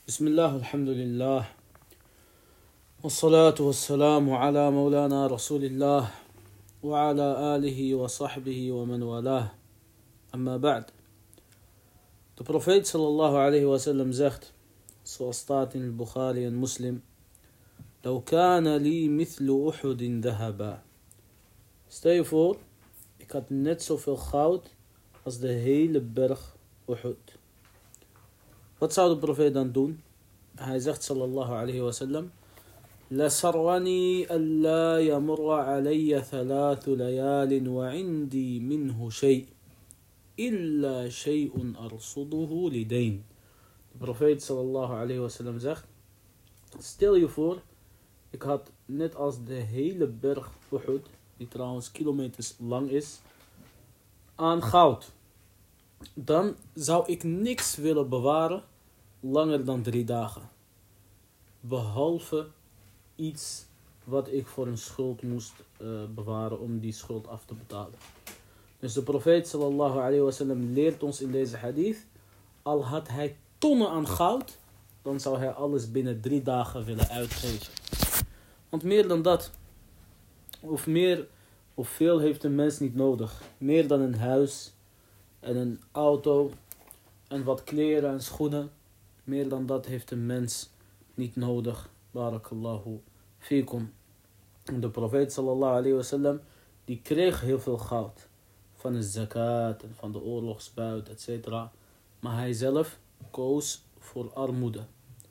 بسم الله الحمد لله والصلاة والسلام على مولانا رسول الله وعلى آله وصحبه ومن والاه. Amma ba'd. De profeet sallallahu alayhi wa sallam zegt, zoals staat in Bukhari en Muslim: "Law kana li mithlu Uhudin dhahaba." Stel je voor, ik had net zoveel goud als de hele berg Uhud. Wat zou de profeet dan doen? Hij zegt sallallahu alayhi wa sallam: "لَسَرَّنِي أَلَّا يَمُرَّ عَلَيَّ 3 لَيَالٍ وَعِنْدِي مِنْهُ شَيْءٍ إِلَّا شَيْءٌ أَرْصُدُهُ لِدَيْنٍ." De profeet sallallahu alayhi wa sallam zegt: stel je voor, ik had net als de hele berg Uhud, die trouwens kilometers lang is, aan goud. Dan zou ik niks willen bewaren langer dan 3 dagen. Behalve iets wat ik voor een schuld moest bewaren om die schuld af te betalen. Dus de profeet sallallahu alayhi wa sallam leert ons in deze hadith: al had hij tonnen aan goud, dan zou hij alles binnen 3 dagen willen uitgeven. Want meer dan dat, of veel heeft een mens niet nodig. Meer dan een huis en een auto en wat kleren en schoenen. Meer dan dat heeft een mens niet nodig. Barakallahu fikum. De profeet sallallahu alayhi wa sallam, die kreeg heel veel goud. Van de zakat en van de oorlogsbuit, etc. Maar hij zelf koos voor armoede.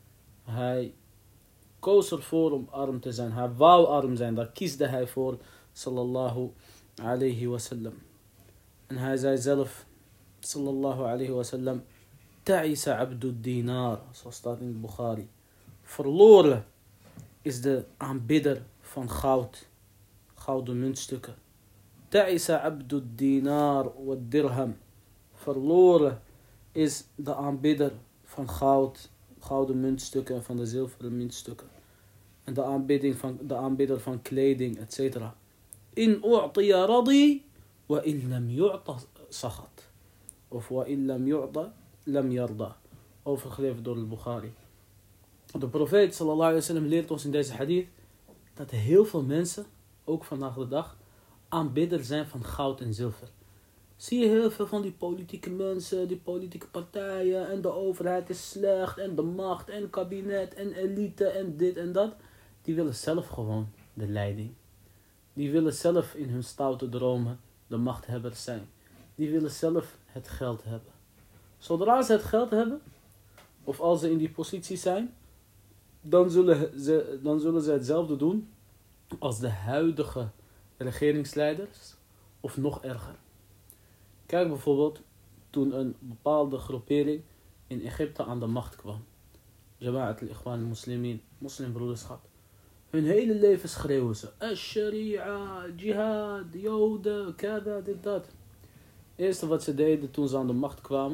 Hij koos ervoor om arm te zijn. Hij wou arm zijn. Daar kiesde hij voor. Sallallahu alayhi wa sallam. En hij zei zelf, sallallahu alayhi wa sallam: Ta'isa abdu dinar. Zoals staat in het Bukhari. Verloren is de aanbidder van goud. Gouden muntstukken. Ta'isa abdu dinar wa dirham. Verloren is de aanbidder van goud, gouden muntstukken en van de zilveren muntstukken. En de aanbidder van kleding, etc. In u'tiya radi wa in lam yu'ta sakhat. Of wa in lam yu'ta lam yarda. Overgeleverd door al-Bukhari. De profeet sallallahu alayhi wa sallam leert ons in deze hadith dat heel veel mensen, ook vandaag de dag, aanbidder zijn van goud en zilver. Zie je heel veel van die politieke mensen, die politieke partijen, en de overheid is slecht, en de macht, en kabinet, en elite, en dit en dat. Die willen zelf gewoon de leiding. Die willen zelf in hun stoute dromen de machthebbers zijn. Die willen zelf het geld hebben. Zodra ze het geld hebben, of als ze in die positie zijn, dan zullen ze hetzelfde doen als de huidige regeringsleiders, of nog erger. Kijk bijvoorbeeld toen een bepaalde groepering in Egypte aan de macht kwam. Jama'at al-Ikhwan al-Muslimin, moslimbroederschap. Hun hele leven schreeuwen ze: Sharia, jihad, joden, kada, dit, dat. Het eerste wat ze deden toen ze aan de macht kwamen,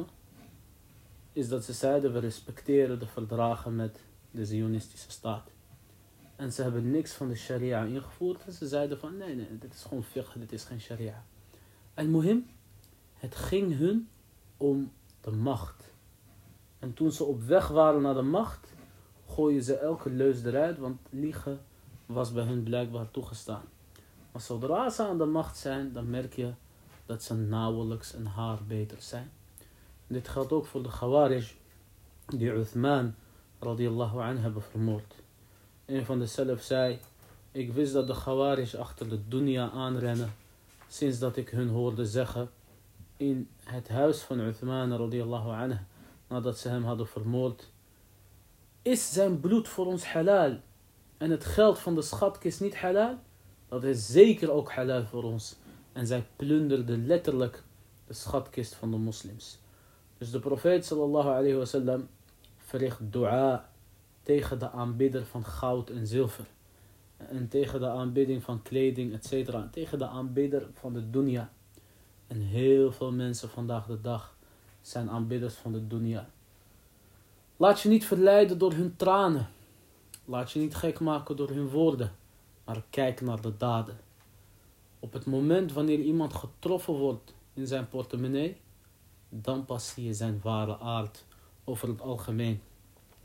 is dat ze zeiden: we respecteren de verdragen met de Zionistische staat. En ze hebben niks van de sharia ingevoerd. En ze zeiden van nee, dit is gewoon fiqh, dit is geen sharia. En muhim, het ging hun om de macht. En toen ze op weg waren naar de macht, gooien ze elke leus eruit, want liegen was bij hun blijkbaar toegestaan. Maar zodra ze aan de macht zijn, dan merk je dat ze nauwelijks een haar beter zijn. En dit geldt ook voor de Khawarij, die Uthman radiyallahu anhu hebben vermoord. Een van de salaf zei: ik wist dat de Khawarij achter de dunya aanrennen, sinds dat ik hun hoorde zeggen in het huis van Uthman radiyallahu anhu, nadat ze hem hadden vermoord: is zijn bloed voor ons halal en het geld van de schatkist niet halal? Dat is zeker ook halal voor ons. En zij plunderden letterlijk de schatkist van de moslims. Dus de profeet sallallahu alayhi wa sallam verricht dua tegen de aanbidder van goud en zilver. En tegen de aanbidding van kleding, etc. En tegen de aanbidder van de dunya. En heel veel mensen vandaag de dag zijn aanbidders van de dunya. Laat je niet verleiden door hun tranen. Laat je niet gek maken door hun woorden. Maar kijk naar de daden. Op het moment wanneer iemand getroffen wordt in zijn portemonnee, dan pas zie je zijn ware aard over het algemeen.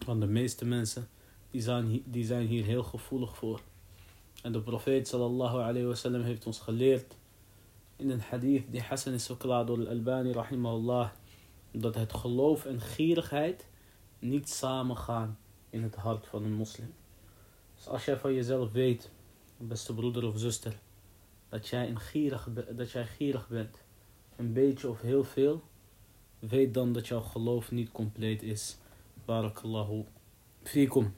Want de meeste mensen die zijn hier heel gevoelig voor. En de profeet sallallahu alayhi wa sallam heeft ons geleerd in een hadith die Hassan is verklaard door Al-Albani rahimahullah, dat het geloof en gierigheid niet samengaan in het hart van een moslim. Dus als jij van jezelf weet, beste broeder of zuster, dat jij gierig bent, een beetje of heel veel, weet dan dat jouw geloof niet compleet is. Barakallahu fikum.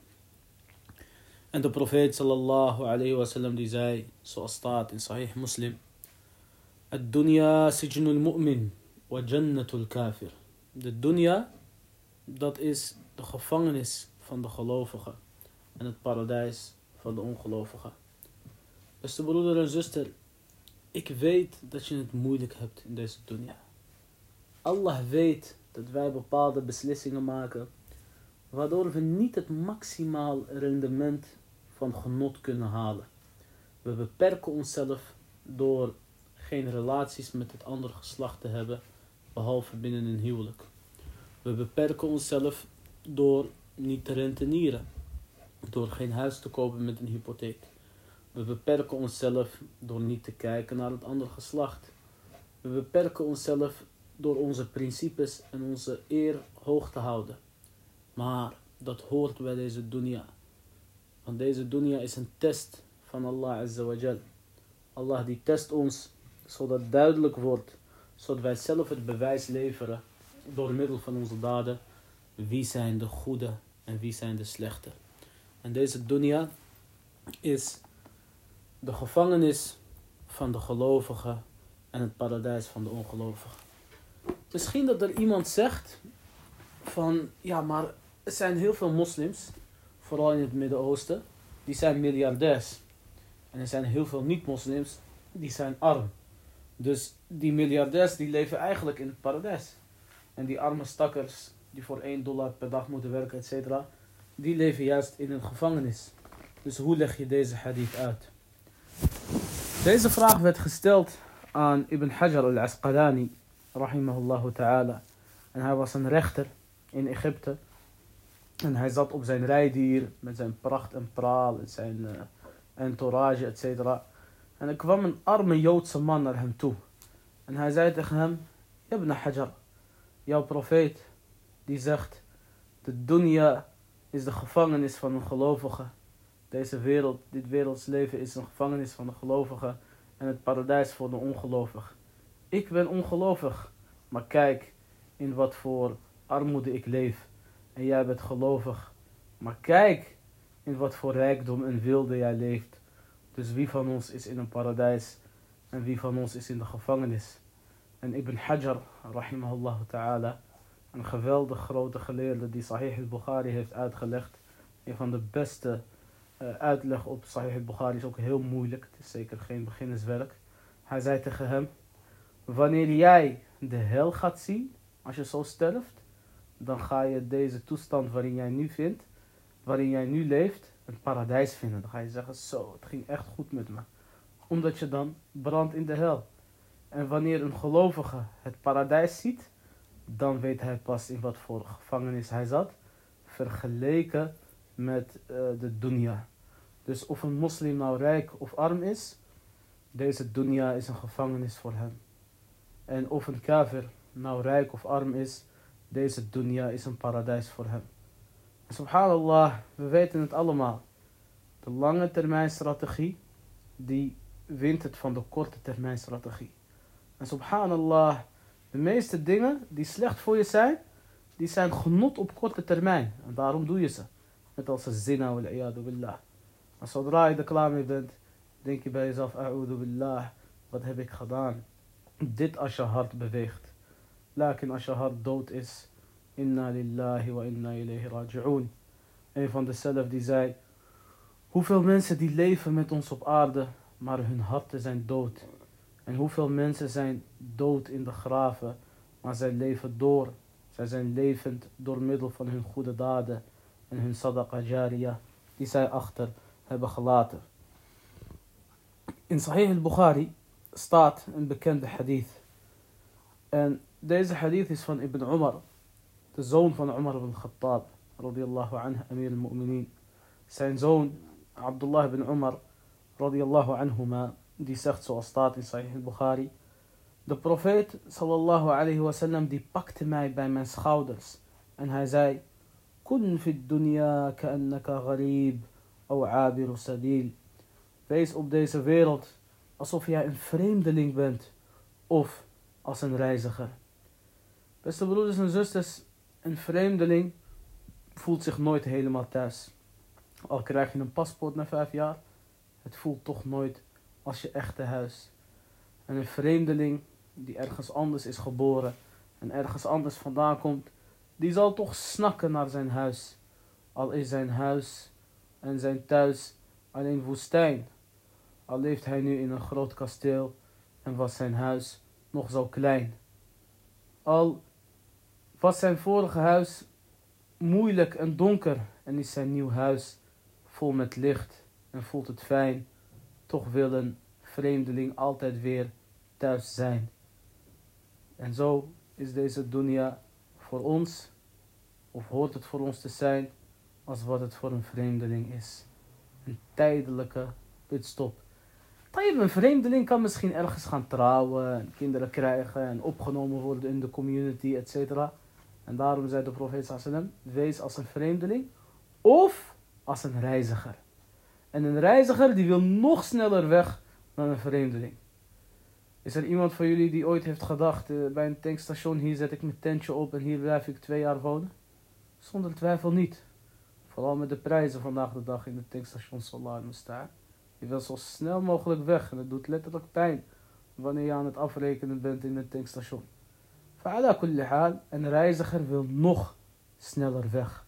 En de profeet sallallahu alayhi wa sallam die zei, zoals staat in Sahih Muslim: Ad-dunya sijnul mu'min wa jannatul kafir. De dunya, dat is de gevangenis van de gelovige en het paradijs van de ongelovige. Beste broeder en zuster, ik weet dat je het moeilijk hebt in deze dunya. Allah weet dat wij bepaalde beslissingen maken, waardoor we niet het maximaal rendement van genot kunnen halen. We beperken onszelf door geen relaties met het andere geslacht te hebben, behalve binnen een huwelijk. We beperken onszelf door niet te rentenieren, door geen huis te kopen met een hypotheek. We beperken onszelf door niet te kijken naar het andere geslacht. We beperken onszelf door onze principes en onze eer hoog te houden. Maar dat hoort bij deze dunya. Want deze dunya is een test van Allah Azza wa Jal. Allah die test ons zodat duidelijk wordt, zodat wij zelf het bewijs leveren door middel van onze daden. Wie zijn de goede en wie zijn de slechte. En deze dunya is de gevangenis van de gelovigen en het paradijs van de ongelovigen. Misschien dat er iemand zegt van, ja, maar er zijn heel veel moslims, vooral in het Midden-Oosten, die zijn miljardairs. En er zijn heel veel niet-moslims, die zijn arm. Dus die miljardairs die leven eigenlijk in het paradijs. En die arme stakkers die voor $1 per dag moeten werken, etc., die leven juist in een gevangenis. Dus hoe leg je deze hadith uit? Deze vraag werd gesteld aan Ibn Hajar al-Asqalani, rahimahullah ta'ala. En hij was een rechter in Egypte. En hij zat op zijn rijdier met zijn pracht en praal en zijn entourage, etc. En er kwam een arme Joodse man naar hem toe. En hij zei tegen hem: Ibn Hajar, jouw profeet, die zegt: de dunya is de gevangenis van een gelovige. Deze wereld, dit werelds leven is een gevangenis van de gelovige en het paradijs voor de ongelovig. Ik ben ongelovig, maar kijk in wat voor armoede ik leef. En jij bent gelovig, maar kijk in wat voor rijkdom en wilde jij leeft. Dus wie van ons is in een paradijs en wie van ons is in de gevangenis? En Ibn Hajar, rahimahullah ta'ala, een geweldig grote geleerde die Sahih al-Bukhari heeft uitgelegd. Een van de beste uitleg op Sahih al-Bukhari is ook heel moeilijk. Het is zeker geen beginnerswerk. Hij zei tegen hem: wanneer jij de hel gaat zien, als je zo sterft, dan ga je deze toestand waarin jij nu vindt, waarin jij nu leeft, een paradijs vinden. Dan ga je zeggen: zo, het ging echt goed met me. Omdat je dan brandt in de hel. En wanneer een gelovige het paradijs ziet, dan weet hij pas in wat voor gevangenis hij zat, vergeleken met de dunya. Dus of een moslim nou rijk of arm is, deze dunya is een gevangenis voor hem. En of een kafir nou rijk of arm is, deze dunya is een paradijs voor hem. En subhanallah, we weten het allemaal. De lange termijn strategie, die wint het van de korte termijn strategie. En subhanallah, de meeste dingen die slecht voor je zijn, die zijn genot op korte termijn. En daarom doe je ze. Net als een zina wal iyadu billah. Maar zodra je er klaar mee bent, denk je bij jezelf: a'udhu billah, wat heb ik gedaan? Dit als je hart beweegt. Lakin als je hart dood is, inna lillahi wa inna ilayhi raji'un. Een van de salaf die zei: hoeveel mensen die leven met ons op aarde, maar hun harten zijn dood. En hoeveel mensen zijn dood in de graven, maar zij leven door. Zij zijn levend door middel van hun goede daden en hun sadaqa jariyah die zij achter hebben gelaten. In Sahih al-Bukhari staat een bekende hadith. En deze hadith is van Ibn Umar, de zoon van Umar ibn Khattab, radiyallahu anhu, Amir al-Mu'minin. Zijn zoon, Abdullah ibn Umar, radiyallahu anhuma, die zegt zoals staat in Sahih al-Bukhari: de profeet, sallallahu alayhi wasallam, die pakte mij bij mijn schouders. En hij zei: kun fi dunya ka'annaka gharib, aw abiru sabil. Wees op deze wereld alsof jij een vreemdeling bent of als een reiziger. Beste broeders en zusters, een vreemdeling voelt zich nooit helemaal thuis. Al krijg je een paspoort na 5 jaar, het voelt toch nooit als je echte huis. En een vreemdeling die ergens anders is geboren en ergens anders vandaan komt, die zal toch snakken naar zijn huis. Al is zijn huis en zijn thuis alleen woestijn. Al leeft hij nu in een groot kasteel en was zijn huis nog zo klein. Al was zijn vorige huis moeilijk en donker en is zijn nieuw huis vol met licht en voelt het fijn, toch wil een vreemdeling altijd weer thuis zijn. En zo is deze dunya voor ons, of hoort het voor ons te zijn, als wat het voor een vreemdeling is. Een tijdelijke pitstop. Een vreemdeling kan misschien ergens gaan trouwen, en kinderen krijgen en opgenomen worden in de community, etc. En daarom zei de profeet sallam: wees als een vreemdeling of als een reiziger. En een reiziger die wil nog sneller weg dan een vreemdeling. Is er iemand van jullie die ooit heeft gedacht, bij een tankstation, hier zet ik mijn tentje op en hier blijf ik 2 jaar wonen? Zonder twijfel niet. Vooral met de prijzen vandaag de dag in de tankstations, sallallahu alaihi wasallam. Je wil zo snel mogelijk weg en het doet letterlijk pijn wanneer je aan het afrekenen bent in het tankstation. Fa'ala kulli haal, een reiziger wil nog sneller weg.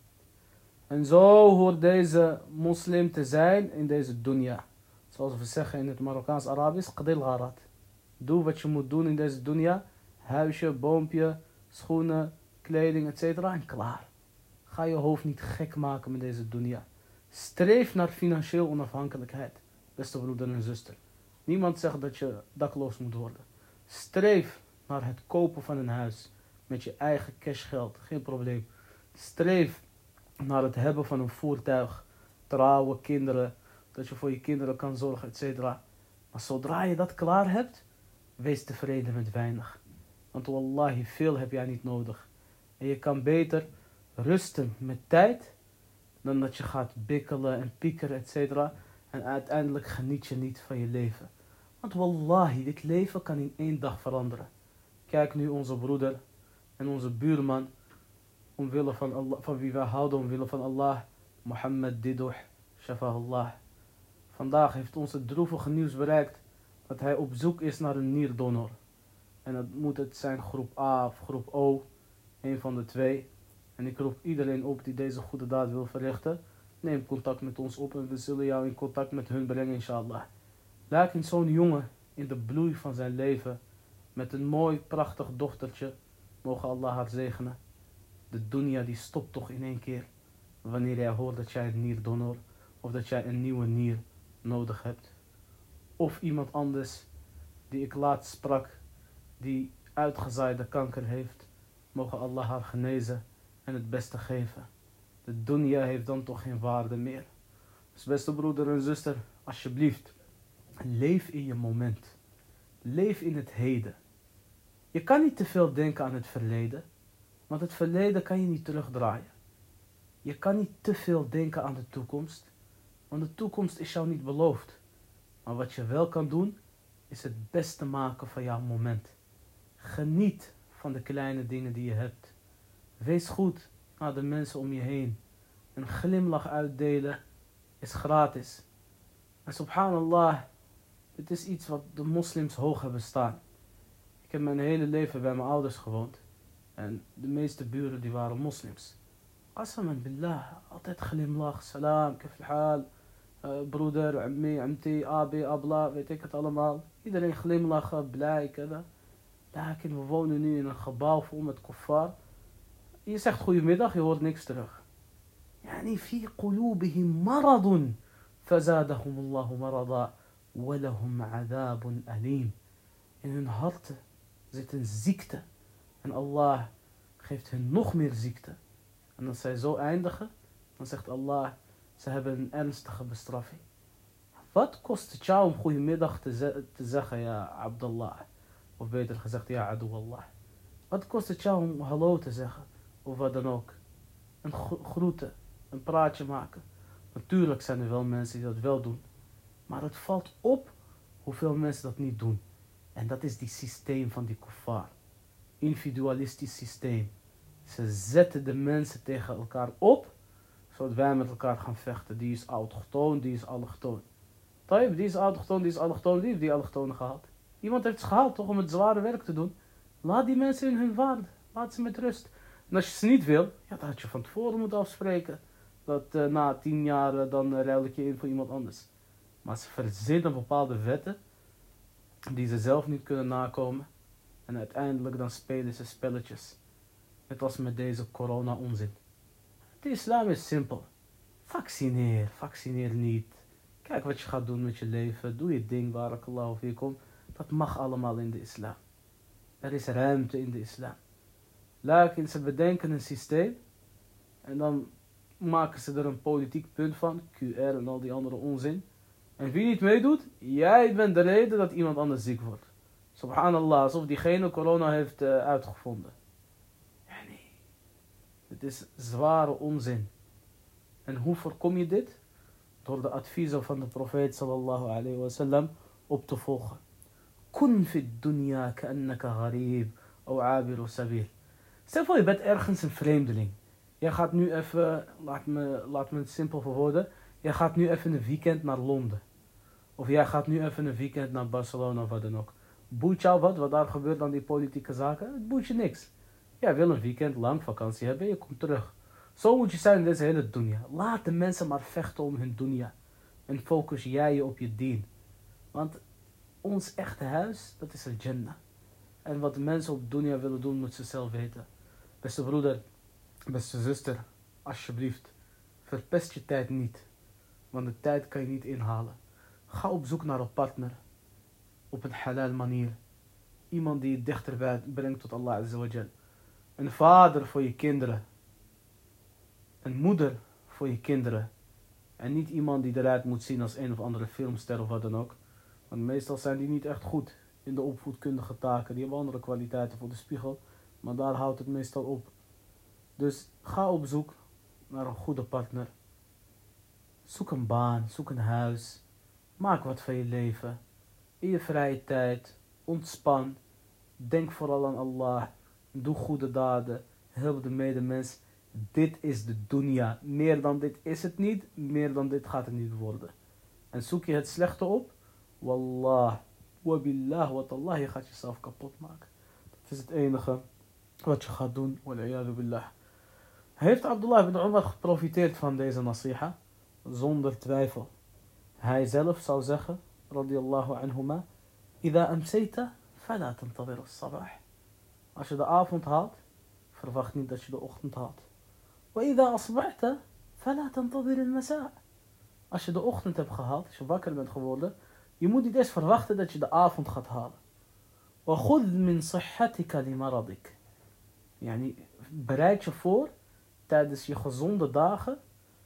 En zo hoort deze moslim te zijn in deze dunya. Zoals we zeggen in het Marokkaans-Arabisch, qadil gharat. Doe wat je moet doen in deze dunya. Huisje, boompje, schoenen, kleding, etc. En klaar. Ga je hoofd niet gek maken met deze dunya. Streef naar financieel onafhankelijkheid, beste broeder en zuster. Niemand zegt dat je dakloos moet worden. Streef naar het kopen van een huis met je eigen cashgeld, geen probleem. Streef naar het hebben van een voertuig, trouwen, kinderen, dat je voor je kinderen kan zorgen, etc. Maar zodra je dat klaar hebt, wees tevreden met weinig. Want wallahi, veel heb jij niet nodig. En je kan beter rusten met tijd dan dat je gaat bikkelen en piekeren, etc. En uiteindelijk geniet je niet van je leven. Want wallahi, dit leven kan in 1 dag veranderen. Kijk nu onze broeder en onze buurman, omwille van Allah, van wie wij houden, omwille van Allah, Mohammed Didoh, Shafahullah. Vandaag heeft ons het droevige nieuws bereikt dat hij op zoek is naar een nierdonor. En dat moet het zijn groep A of groep O, een van de 2. En ik roep iedereen op die deze goede daad wil verrichten. Neem contact met ons op en we zullen jou in contact met hun brengen, inshallah. Laat zo'n jongen in de bloei van zijn leven, met een mooi, prachtig dochtertje, mogen Allah haar zegenen. De dunya die stopt toch in 1 keer, wanneer jij hoort dat jij een nierdonor, of dat jij een nieuwe nier nodig hebt. Of iemand anders, die ik laatst sprak, die uitgezaaide kanker heeft, mogen Allah haar genezen en het beste geven. De dunya heeft dan toch geen waarde meer. Dus beste broeder en zuster, alsjeblieft, leef in je moment. Leef in het heden. Je kan niet te veel denken aan het verleden, want het verleden kan je niet terugdraaien. Je kan niet te veel denken aan de toekomst, want de toekomst is jou niet beloofd. Maar wat je wel kan doen, is het beste maken van jouw moment. Geniet van de kleine dingen die je hebt. Wees goed naar de mensen om je heen. Een glimlach uitdelen is gratis. En subhanallah, het is iets wat de moslims hoog hebben staan. Ik heb mijn hele leven bij mijn ouders gewoond. En de meeste buren die waren moslims. Qasaman billah, altijd glimlach, salam, kif al-haal, broeder, ammi, amti, abi, abla, weet ik het allemaal. Iedereen glimlachen, blij, kada. Lakin, we wonen nu in een gebouw vol met kuffar. Je zegt goedemiddag, je hoort niks terug. Yani fi qulubihim maradun, fazadahum Allahu marada, walahum adabun alim. In hun harten zit een ziekte. En Allah geeft hen nog meer ziekte. En als zij zo eindigen, dan zegt Allah, ze hebben een ernstige bestraffing. Wat kost het jou om goedemiddag te zeggen, ja Abdullah? Of beter gezegd, ja Adu Allah. Wat kost het jou om hallo te zeggen? Of wat dan ook. Een groeten, een praatje maken. Natuurlijk zijn er wel mensen die dat wel doen. Maar het valt op hoeveel mensen dat niet doen. En dat is die systeem van die kuffar. Individualistisch systeem. Ze zetten de mensen tegen elkaar op, zodat wij met elkaar gaan vechten. Die is autochtoon, die is allochtoon. Tayyip, die is autochtoon, die is allochtoon, die heeft die allochtoon gehaald. Iemand heeft ze gehaald toch om het zware werk te doen. Laat die mensen in hun waarde. Laat ze met rust. En als je ze niet wil, ja, dan had je van tevoren moeten afspreken. Dat na 10 jaar dan ruil ik je in voor iemand anders. Maar ze verzinnen bepaalde wetten die ze zelf niet kunnen nakomen. En uiteindelijk dan spelen ze spelletjes. Net als met deze corona-onzin. De islam is simpel. Vaccineer niet. Kijk wat je gaat doen met je leven. Doe je ding, barakallahu fikum. Dat mag allemaal in de islam. Er is ruimte in de islam. Lakin ze bedenken een systeem. En dan maken ze er een politiek punt van. QR en al die andere onzin. En wie niet meedoet, jij bent de reden dat iemand anders ziek wordt. Subhanallah, alsof diegene corona heeft uitgevonden. Nee. Het is zware onzin. En hoe voorkom je dit? Door de adviezen van de profeet sallallahu alayhi wa sallam op te volgen. Kun fi dunya ka'annaka gharib of abiru sabil. Stel voor je bent ergens een vreemdeling. Jij gaat nu even, laat me het simpel verwoorden. Jij gaat nu even een weekend naar Londen. Of jij gaat nu even een weekend naar Barcelona of wat dan ook. Boeit jou wat daar gebeurt aan die politieke zaken? Het boeit je niks. Jij wil een weekend lang vakantie hebben, je komt terug. Zo moet je zijn in deze hele dunya. Laat de mensen maar vechten om hun dunya. En focus jij je op je dien. Want ons echte huis, dat is een jannah. En wat de mensen op dunya willen doen, moeten ze zelf weten. Beste broeder, beste zuster, alsjeblieft, verpest je tijd niet. Want de tijd kan je niet inhalen. Ga op zoek naar een partner. Op een halal manier. Iemand die je dichter brengt tot Allah Azza wa Jal. Een vader voor je kinderen. Een moeder voor je kinderen. En niet iemand die eruit moet zien als een of andere filmster of wat dan ook. Want meestal zijn die niet echt goed in de opvoedkundige taken. Die hebben andere kwaliteiten voor de spiegel. Maar daar houdt het meestal op. Dus ga op zoek naar een goede partner. Zoek een baan, zoek een huis. Maak wat van je leven. In je vrije tijd. Ontspan. Denk vooral aan Allah. Doe goede daden. Help de medemens. Dit is de dunya. Meer dan dit is het niet. Meer dan dit gaat het niet worden. En zoek je het slechte op. Wallah. Wabillah. Wat Allah. Je gaat jezelf kapot maken. Dat is het enige wat je gaat doen. Wal'iyadu billah. Heeft Abdullah ibn Umar geprofiteerd van deze nasiha? Zonder twijfel. Hij zelf zou zeggen, radiyallahu anhuma, Ida amsayta, fala tantadir as-sabah. Als je de avond haalt, verwacht niet dat je de ochtend haalt. Wa ida asbahta, fala tantadir al-masa. Als je de ochtend hebt gehaald, als je wakker bent geworden, je moet niet eens verwachten dat je de avond gaat halen. Wa khudh min sihhatika li maradik. Yani, bereid je voor tijdens je gezonde dagen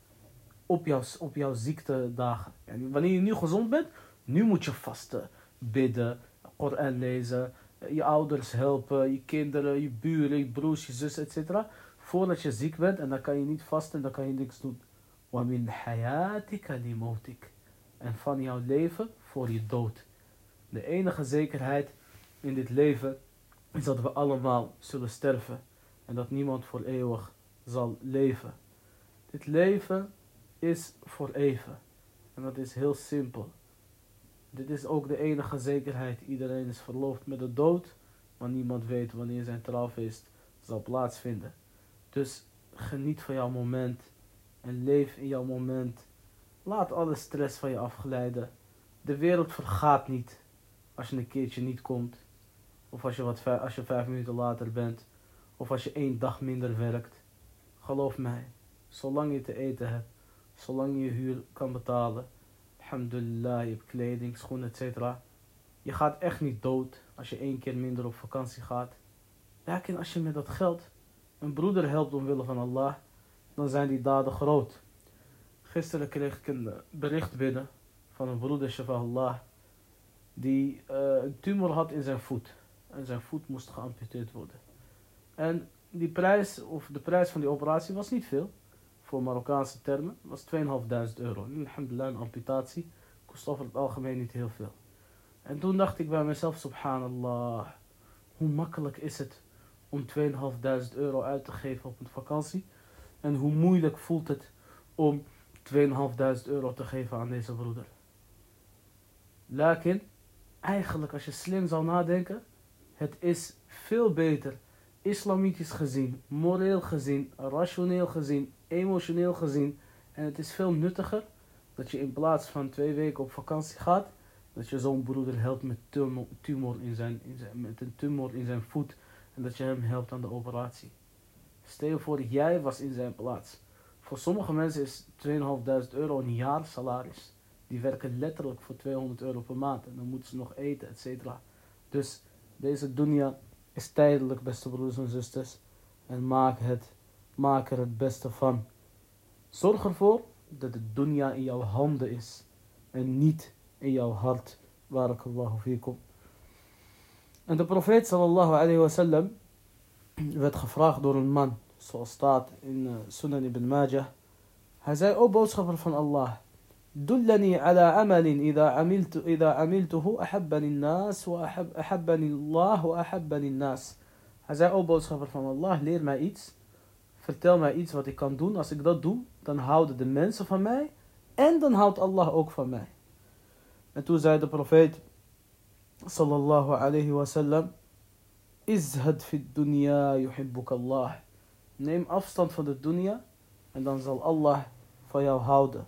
op jouw ziektedagen. Yani, wanneer je nu gezond bent, nu moet je vasten, bidden, Koran lezen, je ouders helpen, je kinderen, je buren, je broers, je zus, etc. Voordat je ziek bent en dan kan je niet vasten en dan kan je niks doen. Wa min hayatika li mautik. En van jouw leven voor je dood. De enige zekerheid in dit leven is dat we allemaal zullen sterven. En dat niemand voor eeuwig zal leven. Dit leven is voor even. En dat is heel simpel. Dit is ook de enige zekerheid. Iedereen is verloofd met de dood. Maar niemand weet wanneer zijn trouwfeest zal plaatsvinden. Dus geniet van jouw moment. En leef in jouw moment. Laat alle stress van je afglijden. De wereld vergaat niet. Als je een keertje niet komt. Of als je 5 minuten later bent. Of als je 1 dag minder werkt. Geloof mij. Zolang je te eten hebt. Zolang je huur kan betalen. Alhamdulillah, je hebt kleding, schoenen, etc. Je gaat echt niet dood als je 1 keer minder op vakantie gaat. Lekker als je met dat geld een broeder helpt omwille van Allah. dan zijn die daden groot. Gisteren kreeg ik een bericht binnen van een broeder, Shafa'Allah, die een tumor had in zijn voet. En zijn voet moest geamputeerd worden. En die prijs, of de prijs van die operatie was niet veel. Voor Marokkaanse termen was €2.500. En alhamdulillah, een amputatie kost over het algemeen niet heel veel. En toen dacht ik bij mezelf, subhanallah, hoe makkelijk is het om €2.500 uit te geven op een vakantie. En hoe moeilijk voelt het om €2.500 te geven aan deze broeder. Lakin, eigenlijk als je slim zou nadenken, het is veel beter, islamitisch gezien, moreel gezien, rationeel gezien, emotioneel gezien. En het is veel nuttiger dat je in plaats van 2 weken op vakantie gaat, dat je zo'n broeder helpt met, met een tumor in zijn voet. En dat je hem helpt aan de operatie. Stel je voor, jij was in zijn plaats. Voor sommige mensen is €2.500 een jaarsalaris. Die werken letterlijk voor €200 per maand. En dan moeten ze nog eten, etc. Dus deze dunya is tijdelijk, beste broeders en zusters. En maak er het beste van. Zorg ervoor dat de dunya in jouw handen is. En niet in jouw hart. Barakallahu fikum. En de profeet sallallahu alayhi wa sallam werd gevraagd door een man, zoals staat in Sunan ibn Majah. Hij zei, o boodschapper van Allah, dullani ala amalin idha amiltuhu ahabbani nas wa ahabbani Allah wa ahabbani nas. Hij zei, o boodschapper van Allah, leer mij iets. Vertel mij iets wat ik kan doen. Als ik dat doe, dan houden de mensen van mij. En dan houdt Allah ook van mij. En toen zei de profeet sallallahu alayhi wa sallam, izhad fi dunya yuhibbuk Allah. Neem afstand van de dunya en dan zal Allah van jou houden.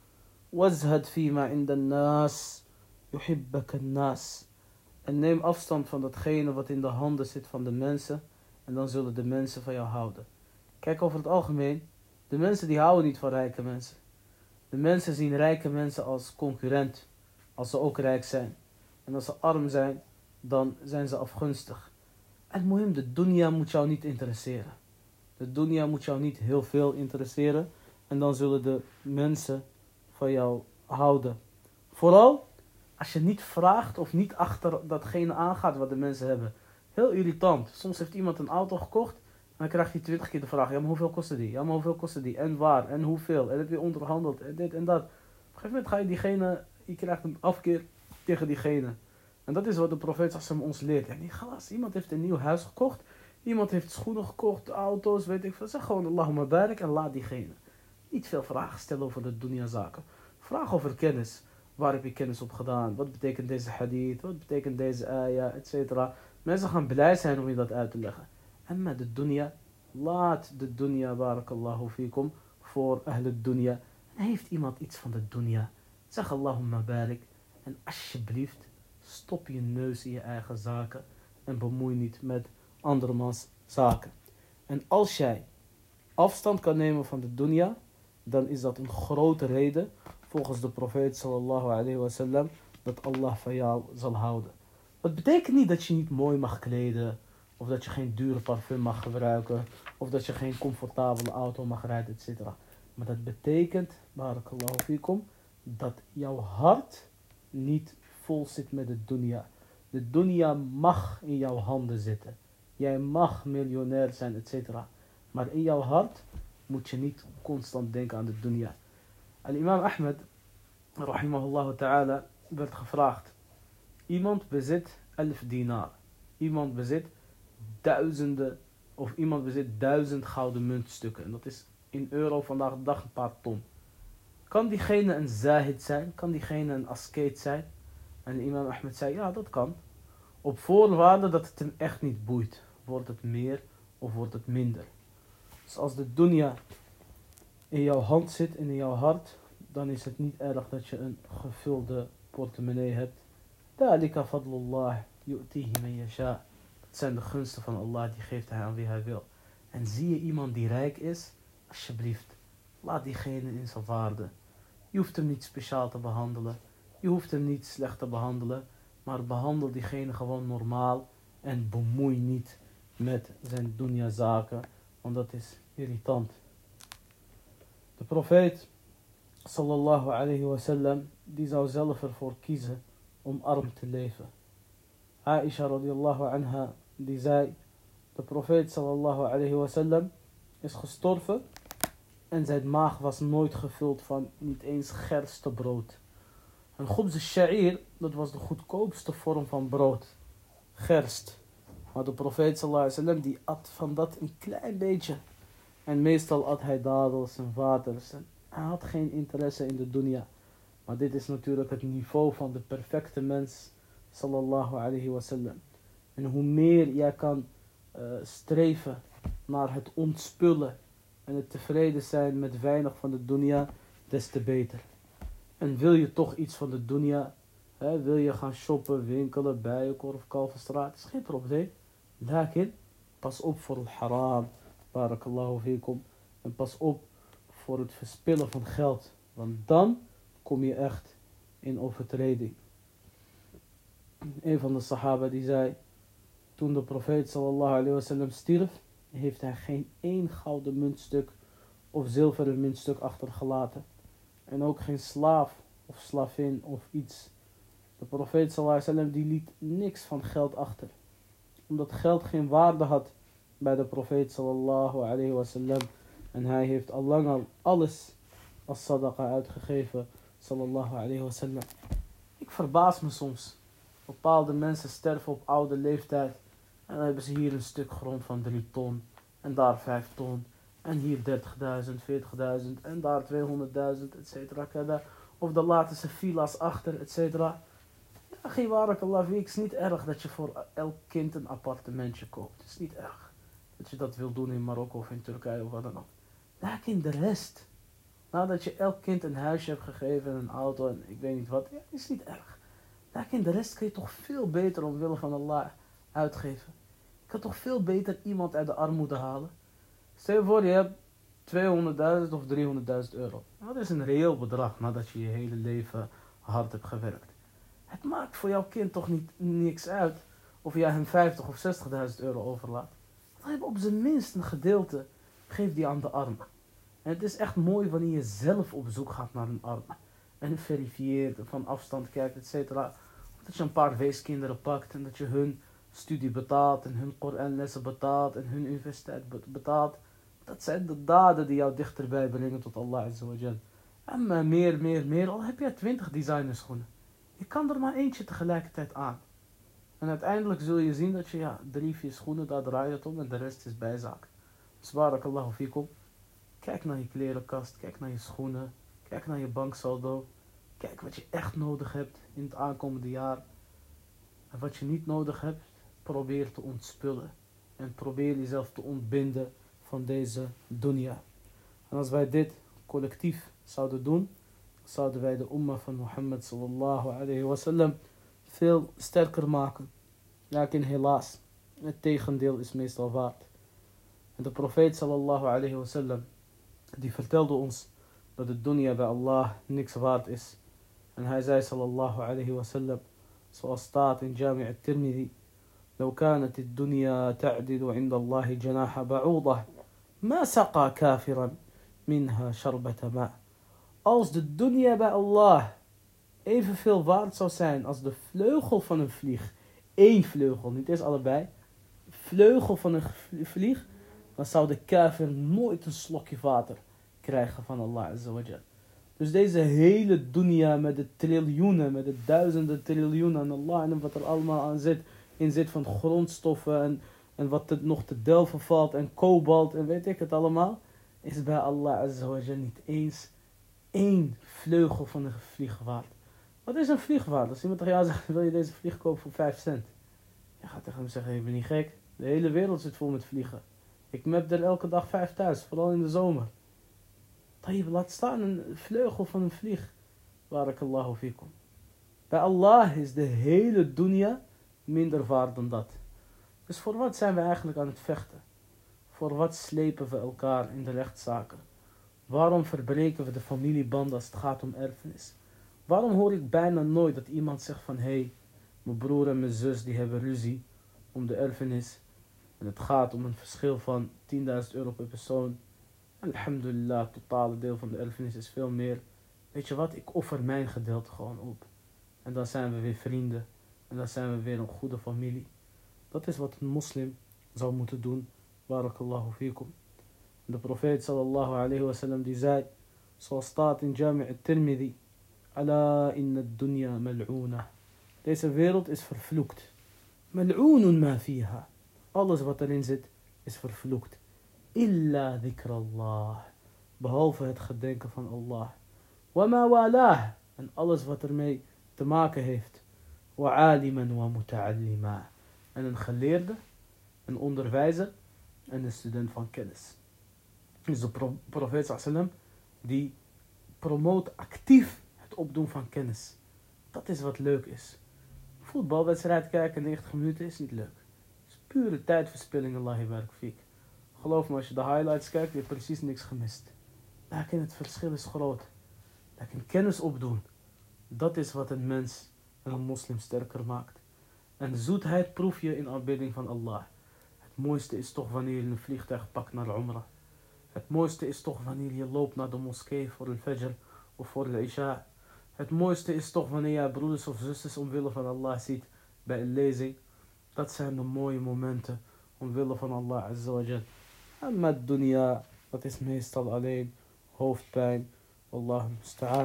Wazhad fima inda nas yuhibbaka nas. En neem afstand van datgene wat in de handen zit van de mensen en dan zullen de mensen van jou houden. Kijk, over het algemeen, de mensen die houden niet van rijke mensen. De mensen zien rijke mensen als concurrent, als ze ook rijk zijn. En als ze arm zijn, dan zijn ze afgunstig. En moeim, de dunya moet jou niet interesseren. De dunya moet jou niet heel veel interesseren. En dan zullen de mensen van jou houden. Vooral als je niet vraagt of niet achter datgene aangaat wat de mensen hebben. Heel irritant. Soms heeft iemand een auto gekocht. En dan krijgt hij 20 keer de vraag. Ja, maar hoeveel kostte die? Ja, maar hoeveel kostte die? En waar? En hoeveel? En heb je onderhandeld? En dit en dat. Op een gegeven moment ga je diegene... Je krijgt een afkeer tegen diegene. En dat is wat de profeet ons leert. Ja, niet galas. Iemand heeft een nieuw huis gekocht. Iemand heeft schoenen gekocht, auto's, weet ik veel. Zeg gewoon Allahumma barik en laat diegene. Niet veel vragen stellen over de dunya zaken. Vraag over kennis. Waar heb je kennis op gedaan? Wat betekent deze hadith? Wat betekent deze ayah? Etc. Mensen gaan blij zijn om je dat uit te leggen. En met de dunya, laat de dunya, barakallahu fikum, voor ahl dunya. En heeft iemand iets van de dunya? Zeg Allahumma barik. En alsjeblieft, stop je neus in je eigen zaken. En bemoei niet met andermans zaken. En als jij afstand kan nemen van de dunya, dan is dat een grote reden, volgens de profeet sallallahu alayhi wa sallam, dat Allah van jou zal houden. Dat betekent niet dat je niet mooi mag kleden, of dat je geen dure parfum mag gebruiken, of dat je geen comfortabele auto mag rijden, etc. Maar dat betekent, barakallahu fikum, dat jouw hart niet vol zit met de dunya. De dunya mag in jouw handen zitten. Jij mag miljonair zijn, etc. Maar in jouw hart moet je niet constant denken aan de dunya. Al-Imam Ahmed, rahimahullah ta'ala, werd gevraagd. Iemand bezit 11 dinar. Iemand bezit duizenden, of iemand bezit 1000 gouden muntstukken. En dat is in euro vandaag de dag een paar ton. Kan diegene een zahid zijn? Kan diegene een askeet zijn? En Imam Ahmed zei, ja, dat kan. Op voorwaarde dat het hem echt niet boeit. Wordt het meer of wordt het minder? Dus als de dunya in jouw hand zit en in jouw hart, dan is het niet erg dat je een gevulde portemonnee hebt. Dalika fadlullah yu'tihi man yasha. Het zijn de gunsten van Allah, die geeft hij aan wie hij wil. En zie je iemand die rijk is, alsjeblieft, laat diegene in zijn waarde. Je hoeft hem niet speciaal te behandelen. Je hoeft hem niet slecht te behandelen. Maar behandel diegene gewoon normaal. En bemoei niet met zijn dunya zaken. Want dat is irritant. profeet sallallahu alayhi wasallam, die zou zelf ervoor kiezen om arm te leven. Aisha radiyallahu anha, die zei, de profeet sallallahu alayhi wasallam is gestorven en zijn maag was nooit gevuld van niet eens gerstebrood. En khubz al-sha'ir, dat was de goedkoopste vorm van brood. Gerst. Maar de profeet sallallahu alayhi wasallam, die at van dat een klein beetje. En meestal at hij dadels en waters. En hij had geen interesse in de dunya. Maar dit is natuurlijk het niveau van de perfecte mens sallallahu alayhi wasallam. En hoe meer jij kan streven naar het ontspullen en het tevreden zijn met weinig van de dunya, des te beter. En wil je toch iets van de dunya, wil je gaan shoppen, winkelen, Bijenkorf, Kalverstraat, is geen probleem. Lakin, pas op voor het haram, barakallahu fikum. En pas op voor het verspillen van geld. Want dan kom je echt in overtreding. Een van de sahaba die zei, toen de profeet sallallahu alayhi wasallam stierf, heeft hij geen één gouden muntstuk of zilveren muntstuk achtergelaten. En ook geen slaaf of slavin of iets. De profeet sallallahu alayhi wasallam die liet niks van geld achter. Omdat geld geen waarde had bij de profeet sallallahu alayhi wasallam. En hij heeft allang al alles als sadaqa uitgegeven sallallahu alayhi wasallam. Ik verbaas me soms. Bepaalde mensen sterven op oude leeftijd. En dan hebben ze hier een stuk grond van 3 ton. En daar 5 ton. En hier 30.000, 40.000. En daar 200.000, etc. Of dan laten ze villa's achter, etc. Ja, geen barakallah fiek. Het is niet erg dat je voor elk kind een appartementje koopt. Het is niet erg dat je dat wil doen in Marokko of in Turkije of wat dan ook. Lakin de rest. Nadat je elk kind een huisje hebt gegeven, een auto en ik weet niet wat. Ja, is niet erg. Lakin de rest kun je toch veel beter omwille van Allah uitgeven. Je kan toch veel beter iemand uit de armoede halen. Stel je voor, je hebt 200.000 of 300.000 euro. Dat is een reëel bedrag nadat je je hele leven hard hebt gewerkt. Het maakt voor jouw kind toch niks uit of jij hem 50 of 60.000 euro overlaat. Dan heb je op zijn minst een gedeelte, geef die aan de armen. En het is echt mooi wanneer je zelf op zoek gaat naar een arme. En verifieert, van afstand kijkt, etc. Dat je een paar weeskinderen pakt en dat je hun studie betaalt en hun Koranlessen betaalt en hun universiteit betaalt. Dat zijn de daden die jou dichterbij brengen tot Allah Azza wa Jal. En meer, al heb je 20 designerschoenen. Je kan er maar eentje tegelijkertijd aan. En uiteindelijk zul je zien dat je 3, 4 schoenen, daar draai je het om en de rest is bijzaak. Dus barakallahu fikum. Kijk naar je klerenkast, kijk naar je schoenen, kijk naar je banksaldo. Kijk wat je echt nodig hebt in het aankomende jaar. En wat je niet nodig hebt, probeer te ontspullen. En probeer jezelf te ontbinden van deze dunya. En als wij dit collectief zouden doen, zouden wij de umma van Mohammed sallallahu alayhi wasallam veel sterker maken. Lakin helaas, het tegendeel is meestal waard. En de profeet sallallahu alayhi wasallam, die vertelde ons dat de dunya bij Allah niks waard is. En hij zei sallallahu alayhi wasallam, zoals staat in Jami' al-Tirmidhi, لو كانت الدنيا تعدل عند الله جناح بعوضة ما سقى كافرا منها شربة ماء. Als de dunya bij Allah evenveel waard zou zijn als de vleugel van een vlieg, 1 vleugel, niet eens allebei, vleugel van een vlieg, dan zou de kafir nooit een slokje water krijgen van Allah Azza wa Jal. Dus deze hele dunya met de triljoenen, met de duizenden triljoenen aan Allah en wat er allemaal in zit van grondstoffen en wat er nog te delven valt en kobalt en weet ik het allemaal, is bij Allah Azza wa Jal niet eens 1 vleugel van een vlieg waard. Wat is een vlieg waard? Als iemand tegen jou zegt, wil je deze vlieg kopen voor 5 cent? Je gaat tegen hem zeggen, ik ben niet gek. De hele wereld zit vol met vliegen. Ik map er elke dag 5 thuis, vooral in de zomer. Tayyib, laat staan een vleugel van een vlieg. Barakallahu fikum. Bij Allah is de hele dunya minder waard dan dat. Dus voor wat zijn we eigenlijk aan het vechten? Voor wat slepen we elkaar in de rechtszaken? Waarom verbreken we de familiebanden als het gaat om erfenis? Waarom hoor ik bijna nooit dat iemand zegt van hé, mijn broer en mijn zus die hebben ruzie om de erfenis. En het gaat om een verschil van 10.000 euro per persoon. Alhamdulillah, het totale deel van de erfenis is veel meer. Weet je wat, ik offer mijn gedeelte gewoon op. En dan zijn we weer vrienden. En dan zijn we weer een goede familie. Dat is wat een moslim zou moeten doen. Barakallahu fikum. De profeet sallallahu alayhi wa sallam die zei, zoals staat in Jami' al-Tirmidhi, Ala inna dunya mal'una. Deze wereld is vervloekt. Mal'unun ma fiha. Alles wat erin zit is vervloekt. Illa dhikrallah. Behalve het gedenken van Allah. Wa ma walah. En alles wat ermee te maken heeft. Wa aliman wa muta'allima. En een geleerde, een onderwijzer en een student van kennis. Dus de profeet sallam die promoot actief het opdoen van kennis. Dat is wat leuk is. Voetbalwedstrijd kijken 90 minuten is niet leuk. Het is pure tijdverspilling, Allahi barak fiek. Geloof me, als je de highlights kijkt, je hebt precies niks gemist. Lakin het verschil is groot. Lakin kennis opdoen, dat is wat een mens en een moslim sterker maakt. En zoetheid proef je in aanbidding van Allah. Het mooiste is toch wanneer je een vliegtuig pakt naar Umrah. Het mooiste is toch wanneer je loopt naar de moskee voor de Fajr of voor de Isha. Het mooiste is toch wanneer je broeders of zusters omwille van Allah ziet bij een lezing. Dat zijn de mooie momenten omwille van Allah Azza wa Jal. En met dunya, dat is meestal alleen hoofdpijn. Wallahu musta'an.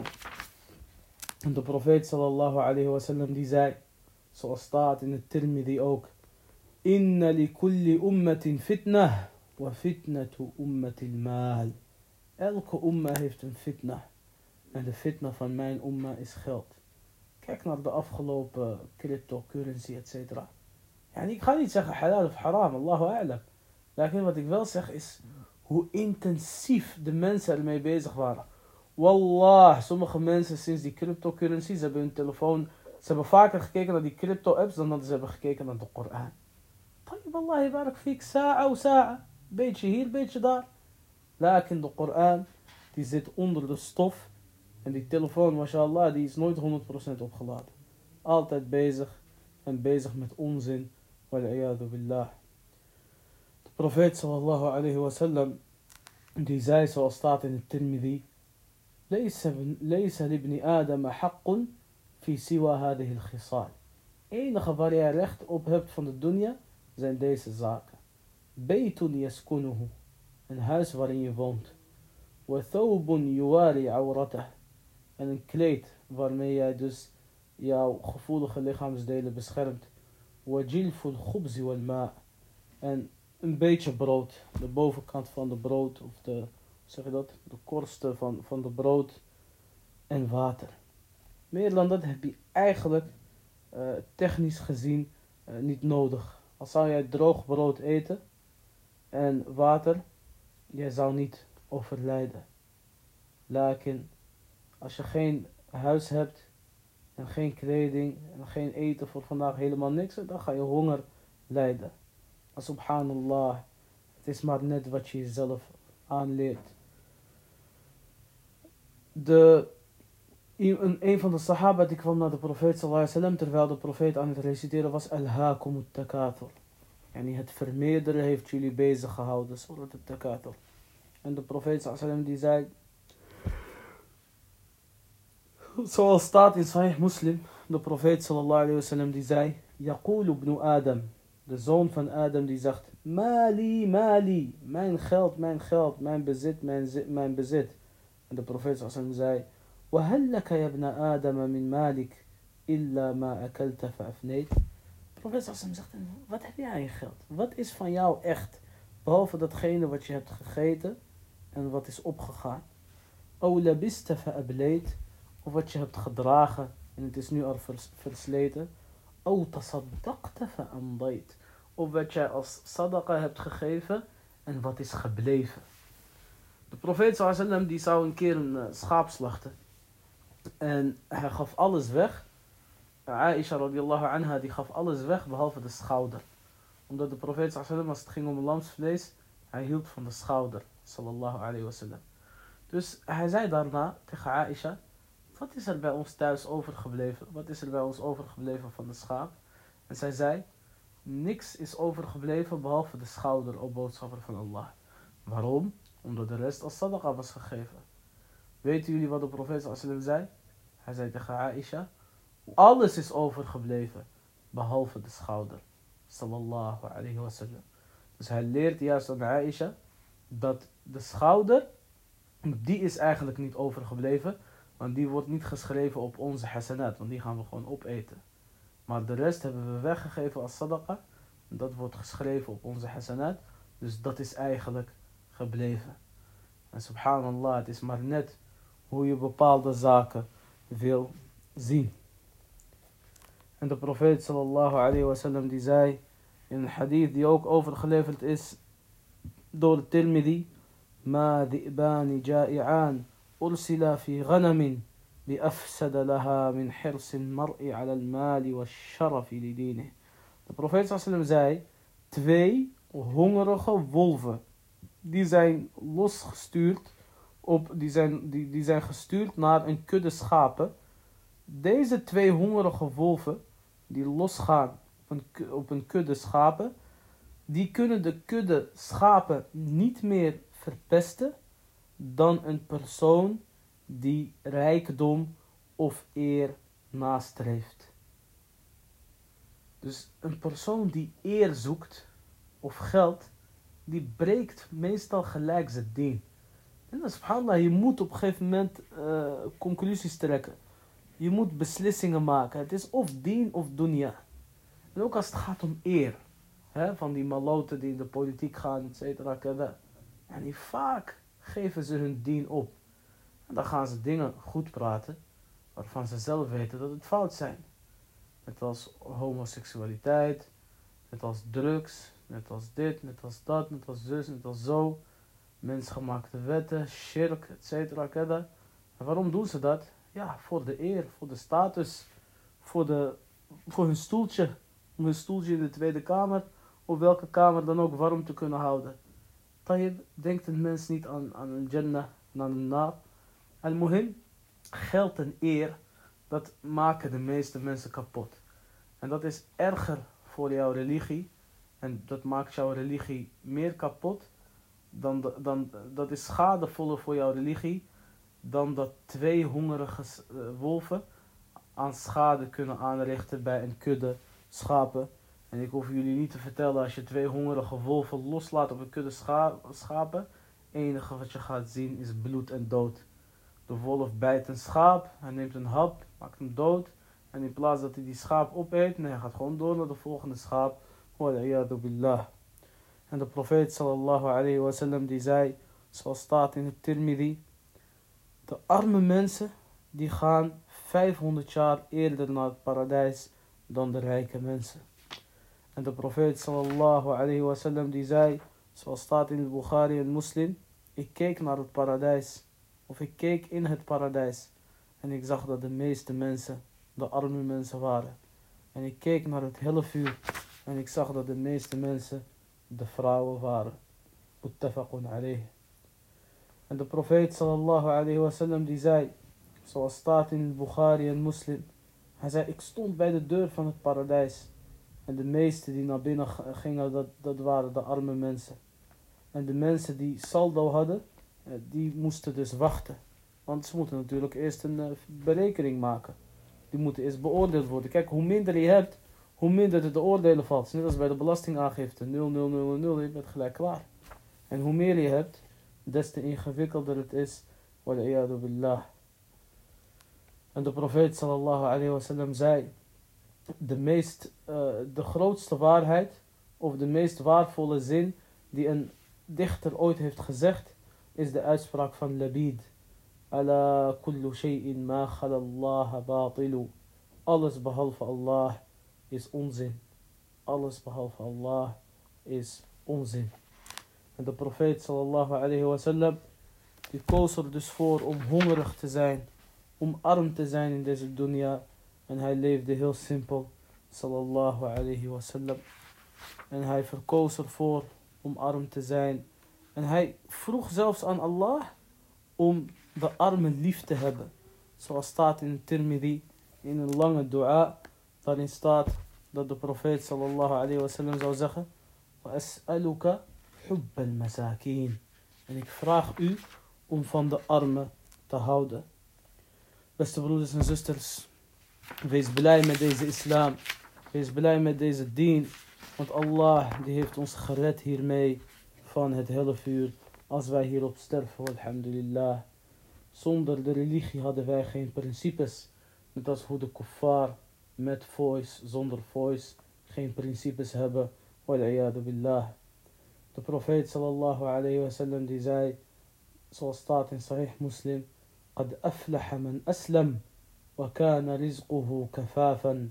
En de profeet sallallahu alayhi wa sallam die zei, zoals staat in het Tirmidhi ook, Inna li kulli ummatin fitnah. Wa fitnatu ummatil maal. Elke umma heeft een fitna. En de fitna van mijn umma is geld. Kijk naar de afgelopen cryptocurrency, etc. Yani, ik ga niet zeggen halal of haram, Allahu a'lam. Maar wat ik wel zeg is hoe intensief de mensen ermee bezig waren. Wallah, sommige mensen sinds die cryptocurrency, ze hebben hun telefoon, ze hebben vaker gekeken naar die crypto-apps dan dat ze hebben gekeken naar de Koran. Tayyib, Allahi barak fiek, sa'a of sa'a. Beetje hier, beetje daar. Lakin de Koran, die zit onder de stof. En die telefoon, mashallah, die is nooit 100% opgeladen. Altijd bezig. En bezig met onzin. Wal'iyadu billah. De profeet sallallahu alayhi wa sallam, die zei zoals staat in het Tirmidhi. Laysa libni Adama haqqun fi siwa hadihi al-khisal. Enige waar jij recht op hebt van de dunya, zijn deze zaken. Baytun yaskunuhu. Een huis waarin je woont. Wa thawbun yuwari awratah. En een kleed waarmee jij dus jouw gevoelige lichaamsdelen beschermt. Wa jilful khubzi wal ma'. En een beetje brood. De bovenkant van de brood. Of de, zeg je dat? De korste van de brood. En water. Meer dan dat heb je eigenlijk technisch gezien niet nodig. Als zou jij droog brood eten en water, jij zou niet overlijden. Lakin, als je geen huis hebt en geen kleding en geen eten voor vandaag, helemaal niks, dan ga je honger lijden. Maar subhanallah, het is maar net wat je jezelf aanleert. Een van de sahaba die kwam naar de profeet sallallahu alaihi wasallam terwijl de profeet aan het reciteren was Alhaakumut takathur. Yani het vermeerderen heeft jullie bezig gehouden, surat al-takathur. En de profeet sallallahu alaihi wasallam die zei, zoals staat in Sahih Muslim, de profeet sallallahu alaihi wasallam die zei, Yaqulu ibn Adam, de zoon van Adam die zegt, Mali, mali, mijn geld, mijn bezit, mijn bezit. En de profeet sallallahu alaihi wasallam zei, وهل لك يا ابن آدم من مالك إلا ما أكلت فأفنيت. De profeet sallallahu alaihi wasallam zegt, wat heb jij aan je geld? Wat is van jou echt? Behalve datgene wat je hebt gegeten en wat is opgegaan. أو لبست فأبليت. Of wat je hebt gedragen en het is nu al versleten. أو تصدقت فأمضيت. Of wat jij als sadaqa hebt gegeven en wat is gebleven. De profeet sallallahu alaihi wasallam die zou een keer een schaap slachten. En hij gaf alles weg. Aisha radiyallahu anha die gaf alles weg behalve de schouder. Omdat de profeet sallallahu alaihi wasallam, als het ging om lamsvlees, hij hield van de schouder. Sallallahu alayhi wasallam. Dus hij zei daarna tegen Aisha, wat is er bij ons thuis overgebleven? Wat is er bij ons overgebleven van de schaap? En zij zei, niks is overgebleven behalve de schouder, o boodschapper van Allah. Waarom? Omdat de rest als sadaqa was gegeven. Weten jullie wat de profeet sallallahu zei? Hij zei tegen Aisha: alles is overgebleven, behalve de schouder. Sallallahu alayhi wa sallam. Dus hij leert juist aan Aisha dat de schouder, die is eigenlijk niet overgebleven. Want die wordt niet geschreven op onze hasanat, want die gaan we gewoon opeten. Maar de rest hebben we weggegeven als sadaqa. Dat wordt geschreven op onze hasanat. Dus dat is eigenlijk gebleven. En subhanallah, het is maar net hoe je bepaalde zaken wil zien. En de profeet sallallahu alayhi wa sallam die zei in een hadith die ook overgeleverd is door de Tirmidhi: Ma dhi'bani ja'i'an ursila fi ghanamin bi afsada laha min hirsin mar'i ala al-mali wa sharafi li dinih. De profeet sallallahu alayhi wa sallam zei: 2 hongerige wolven die zijn losgestuurd die zijn gestuurd naar een kudde schapen. Deze 2 hongerige wolven die losgaan op een kudde schapen, die kunnen de kudde schapen niet meer verpesten dan een persoon die rijkdom of eer nastreeft. Dus een persoon die eer zoekt of geld, die breekt meestal gelijk zijn dien. En dan, subhanallah, je moet op een gegeven moment conclusies trekken. Je moet beslissingen maken. Het is of dien of dunya. En ook als het gaat om eer. Van die maloten die in de politiek gaan, et cetera. En die vaak geven ze hun dien op. En dan gaan ze dingen goed praten, waarvan ze zelf weten dat het fout zijn. Net als homoseksualiteit, net als drugs, net als dit, net als dat, net als zus, net als zo. Mensgemaakte wetten, shirk, et cetera. En waarom doen ze dat? Ja, voor de eer, voor de status, voor hun stoeltje. Om hun stoeltje in de Tweede Kamer, of welke kamer dan ook, warm te kunnen houden. Tayyib, denkt een mens niet aan een jannah, aan een nar. Al-muhim, geld en eer, dat maken de meeste mensen kapot. En dat is erger voor jouw religie. En dat maakt jouw religie meer kapot. Dat is schadevoller voor jouw religie dan dat 2 hongerige wolven aan schade kunnen aanrichten bij een kudde schapen. En ik hoef jullie niet te vertellen, als je 2 hongerige wolven loslaat op een kudde schapen, het enige wat je gaat zien is bloed en dood. De wolf bijt een schaap, hij neemt een hap, maakt hem dood. En in plaats dat hij die schaap opeet, nee, hij gaat gewoon door naar de volgende schaap. Wa'iyadu billah. En de profeet sallallahu alayhi wa sallam die zei, zoals staat in het Tirmidhi: de arme mensen die gaan 500 jaar eerder naar het paradijs dan de rijke mensen. En de profeet sallallahu alayhi wa sallam die zei, zoals staat in het Bukhari en Muslim: ik keek naar het paradijs, of ik keek in het paradijs, en ik zag dat de meeste mensen de arme mensen waren. En ik keek naar het helle vuur, en ik zag dat de meeste mensen de vrouwen waren. Muttafaqun alayh. En de profeet sallallahu alayhi wa sallam die zei, zoals staat in het Bukhari en Muslim, hij zei: ik stond bij de deur van het paradijs. En de meesten die naar binnen gingen, dat waren de arme mensen. En de mensen die saldo hadden, die moesten dus wachten. Want ze moeten natuurlijk eerst een berekening maken. Die moeten eerst beoordeeld worden. Kijk, hoe minder je hebt, hoe minder de oordelen valt. Net als bij de belastingaangifte. 0, 0, 0, 0, je bent gelijk klaar. En hoe meer je hebt, des te ingewikkelder het is. Wa'iyadu billah. En de profeet sallallahu alayhi wa sallam zei: de grootste waarheid, of de meest waarvolle zin die een dichter ooit heeft gezegd, is de uitspraak van Labid: Ala kullu shay'in ma khala Allah batilu. Alles behalve Allah is onzin. Alles behalve Allah is onzin. En de profeet sallallahu alayhi wa sallam, die koos er dus voor om hongerig te zijn, om arm te zijn in deze dunya. En hij leefde heel simpel, sallallahu alayhi wa sallam. En hij verkoos ervoor om arm te zijn. En hij vroeg zelfs aan Allah om de armen lief te hebben. Zoals staat in Tirmidhi, in een lange dua. Daarin staat dat de profeet sallallahu alayhi wa sallam zou zeggen: wa as'aluka hubb al-masakin. En ik vraag u om van de armen te houden. Beste broeders en zusters, wees blij met deze islam. Wees blij met deze dien. Want Allah die heeft ons gered hiermee van het helle vuur. Als wij hierop sterven, alhamdulillah. Zonder de religie hadden wij geen principes. Net als hoe de kuffar met voice, zonder voice, geen principes hebben. Wal'iyadu billah. De profeet sallallahu alayhi wa sallam die zei, zoals staat in Sahih Muslim, قد أفلح من أسلم وكان رزقه كفافا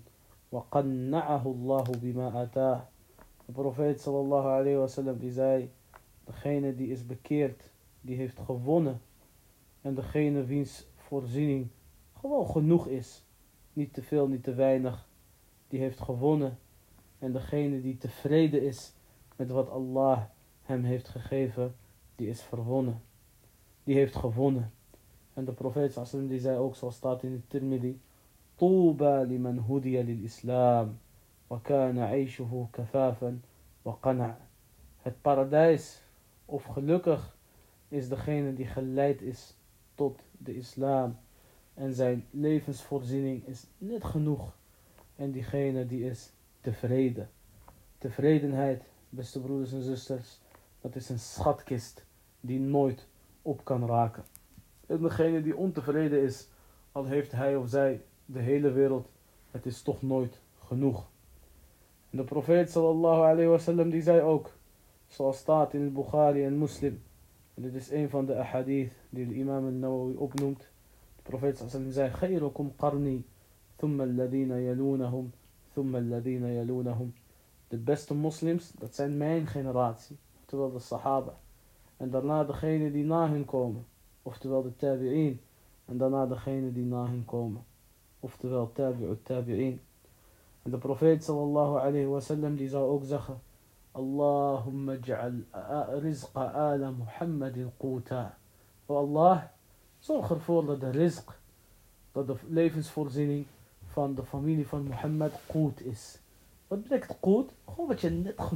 وقنعه الله بما آتاه. De profeet sallallahu alayhi wa sallam die zei, degene die is bekeerd, die heeft gewonnen. En degene wiens voorziening gewoon genoeg is, niet te veel, niet te weinig, die heeft gewonnen. En degene die tevreden is met wat Allah hem heeft gegeven, die is verwonnen. Die heeft gewonnen. En de profeet sallam die zei ook, zoals staat in het Tirmidhi, Tuba liman hudiya lil islam, wa kana aishuhu kafafan wa qana'. Het paradijs, of gelukkig, is degene die geleid is tot de islam. En zijn levensvoorziening is net genoeg. En diegene die is tevreden. Tevredenheid, beste broeders en zusters, dat is een schatkist die nooit op kan raken. En degene die ontevreden is, al heeft hij of zij de hele wereld, het is toch nooit genoeg. En de profeet sallallahu alayhi wa sallam die zei ook, zoals staat in het Bukhari en Muslim, en dit is een van de ahadith die de imam al-Nawawi opnoemt. De profeet sallallahu alayhi wa sallam zei, khayrukum qarni, thumma alladhina yalunahum, thumma alladhina yalunahum. De beste moslims, dat zijn mijn generatie, terwijl de sahaba. En daarna degene die na hen komen, oftewel de tabi'in. En daarna degene die na hen komen, oftewel tabi'ut tabi'in. En de profeet sallallahu alayhi wa sallam die zou ook zeggen, Allahumma ja'al rizqa ala Muhammadin quta. O Allah, zorg ervoor dat de rizq, dat de levensvoorziening van de familie van Mohammed goed is. Wat betekent goed? Gewoon dat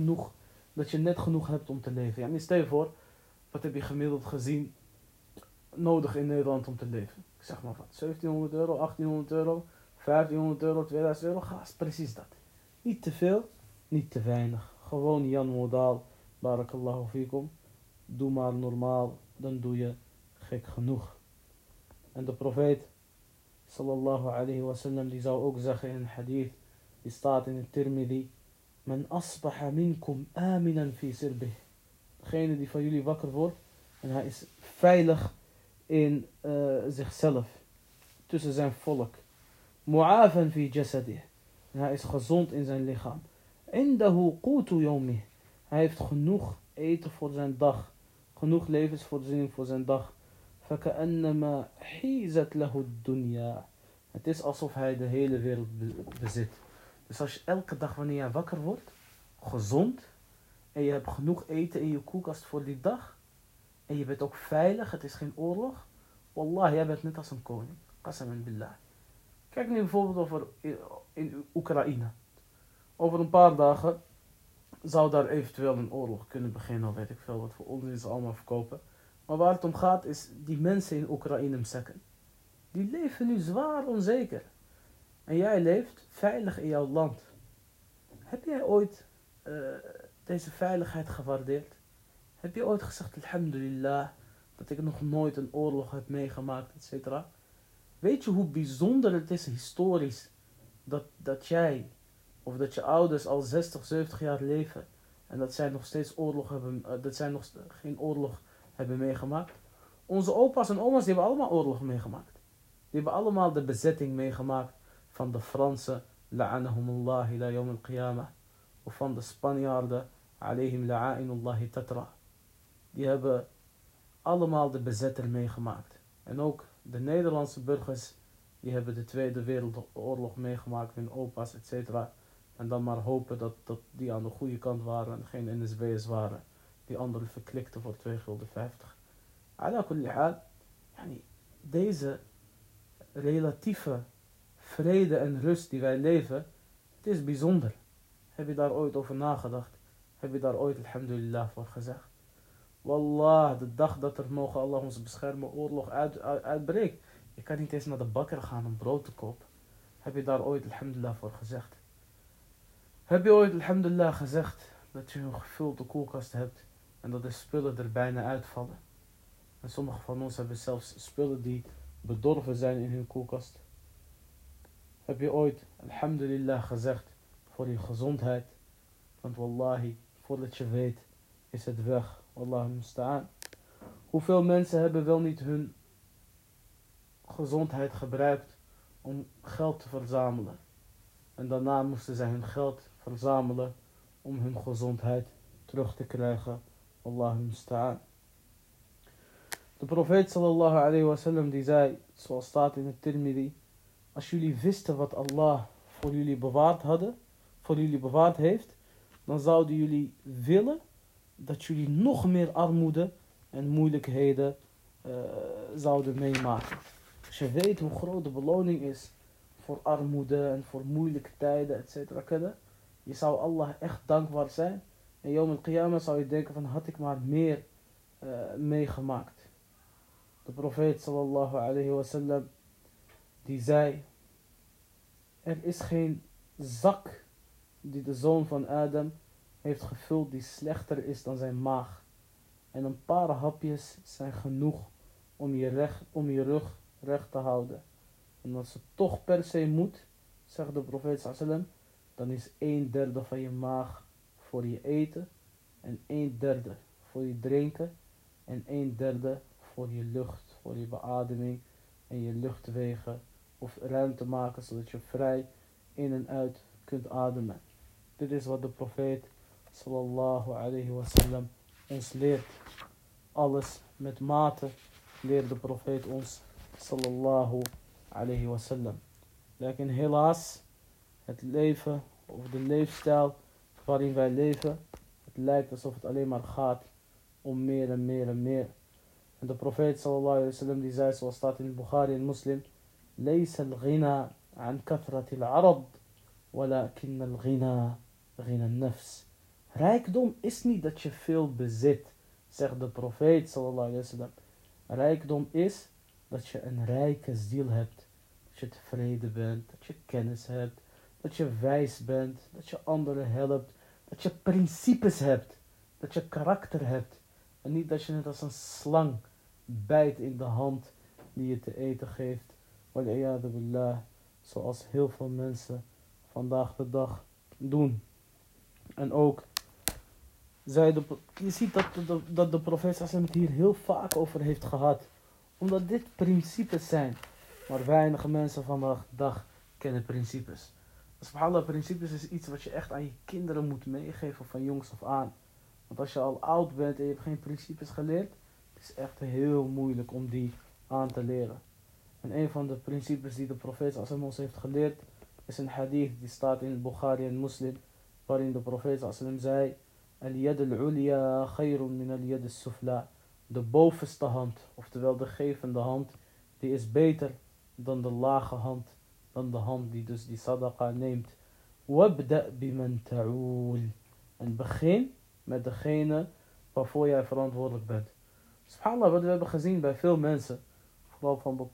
je net genoeg hebt om te leven. Ja, stel je voor, wat heb je gemiddeld gezien nodig in Nederland om te leven? Ik zeg maar wat, 1700 euro, 1800 euro, 1500 euro, 2000 euro, gas, precies dat. Niet te veel, niet te weinig. Gewoon Jan Modaal, barakallahu fikum. Doe maar normaal, dan doe je gek genoeg. En de profeet sallallahu alayhi wa sallam die zou ook zeggen in een hadith, die staat in het Tirmidhi, Man asbaha minkum aminan fi sirbih. Degene die van jullie wakker wordt en hij is veilig in zichzelf, tussen zijn volk. Mu'afan fi jasadih. En hij is gezond in zijn lichaam. Indahu qutu yawmih. Hij heeft genoeg eten voor zijn dag. Genoeg levensvoorziening voor zijn dag. Faka'annama hizat lahu dunya. Het is alsof hij de hele wereld bezit. Dus als je elke dag wanneer je wakker wordt, gezond, en je hebt genoeg eten in je koelkast voor die dag, en je bent ook veilig, het is geen oorlog, wallah, jij bent net als een koning. Qasam billah. Kijk nu bijvoorbeeld over in Oekraïne. Over een paar dagen zou daar eventueel een oorlog kunnen beginnen, al weet ik veel wat voor onzin ze allemaal verkopen. Maar waar het om gaat is die mensen in Oekraïne msekken. Die leven nu zwaar onzeker. En jij leeft veilig in jouw land. Heb jij ooit deze veiligheid gewaardeerd? Heb je ooit gezegd, alhamdulillah, dat ik nog nooit een oorlog heb meegemaakt, etc. Weet je hoe bijzonder het is historisch dat jij of dat je ouders al 60, 70 jaar leven en dat zij nog steeds geen oorlog hebben meegemaakt? Onze opa's en oma's die hebben allemaal oorlog meegemaakt. Die hebben allemaal de bezetting meegemaakt van de Fransen, la'anahumullah ila yawm al-qiyamah, of van de Spanjaarden, alayhim la'ainullahi tatra. Die hebben allemaal de bezetter meegemaakt. En ook de Nederlandse burgers, die hebben de Tweede Wereldoorlog meegemaakt, hun opa's, etc. En dan maar hopen dat die aan de goede kant waren en geen NSB'ers waren, die anderen verklikten voor 2,50 gulden. Ala kulli haal, deze relatieve vrede en rust die wij leven, het is bijzonder. Heb je daar ooit over nagedacht? Heb je daar ooit alhamdulillah voor gezegd? Wallah, de dag dat er, mogen Allah ons beschermen, oorlog uitbreekt. Je kan niet eens naar de bakker gaan om brood te kopen. Heb je daar ooit alhamdulillah voor gezegd? Heb je ooit alhamdulillah gezegd dat je een gevulde koelkast hebt en dat de spullen er bijna uitvallen? En sommigen van ons hebben zelfs spullen die bedorven zijn in hun koelkast. Heb je ooit alhamdulillah gezegd voor je gezondheid? Want wallahi, voordat je weet, is het weg. Wallahu musta'an. Hoeveel mensen hebben wel niet hun gezondheid gebruikt om geld te verzamelen? En daarna moesten zij hun geld verzamelen om hun gezondheid terug te krijgen. Wallahu musta'an. De profeet sallallahu alayhi wa sallam die zei, zoals staat in het Tirmidhi: als jullie wisten wat Allah voor jullie bewaard heeft, dan zouden jullie willen dat jullie nog meer armoede en moeilijkheden zouden meemaken. Als je weet hoe groot de beloning is voor armoede en voor moeilijke tijden, etc. Je zou Allah echt dankbaar zijn. En Yawm al-Qiyamah zou je denken van, had ik maar meer meegemaakt. De profeet sallallahu alayhi wa sallam die zei: er is geen zak die de zoon van Adam heeft gevuld die slechter is dan zijn maag. En een paar hapjes zijn genoeg om je rug recht te houden. En als het toch per se moet, zegt de profeet sallallahu alaihi wasallam, dan is 1/3 van je maag voor je eten en 1/3 voor je drinken en 1/3 voor je lucht, voor je beademing en je luchtwegen, of ruimte maken zodat je vrij in en uit kunt ademen. Dit is wat de profeet sallallahu alayhi wasallam ons leert. Alles met mate leert de profeet ons sallallahu alayhi wasallam. Lekker helaas, het leven of de leefstijl waarin wij leven, het lijkt alsof het alleen maar gaat om meer en meer en meer. En de profeet sallallahu alayhi wasallam die zei, zoals staat in het Bukhari en Muslim: Laysa al-ghina an kathrati al-arad, walakin al-ghina ghina nafs. Rijkdom is niet dat je veel bezit, zegt de profeet sallallahu alayhi wasallam. Rijkdom is dat je een rijke ziel hebt. Dat je tevreden bent, dat je kennis hebt, dat je wijs bent, dat je anderen helpt, dat je principes hebt, dat je karakter hebt. En niet dat je net als een slang bijt in de hand die je te eten geeft. Wal'iyadu billah, zoals heel veel mensen vandaag de dag doen. En ook, je ziet dat de profeet sallam het hier heel vaak over heeft gehad. Omdat dit principes zijn. Maar weinig mensen vandaag de dag kennen principes. Subhanallah, principes is iets wat je echt aan je kinderen moet meegeven van jongs af aan. Want als je al oud bent en je hebt geen principes geleerd, het is echt heel moeilijk om die aan te leren. En een van de principes die de profeet sallam ons heeft geleerd, is een hadith die staat in Bukhari en Muslim, waarin de profeet sallam zei: al-yad al-ulya khayrun min al-yad al-sufla. De bovenste hand, oftewel de gevende hand, die is beter dan de lage hand, dan de hand die dus die sadaqa neemt. Wabda biman ta'ul. En begin met degene waarvoor jij verantwoordelijk bent. Subhanallah, wat we hebben gezien bij veel mensen, vooral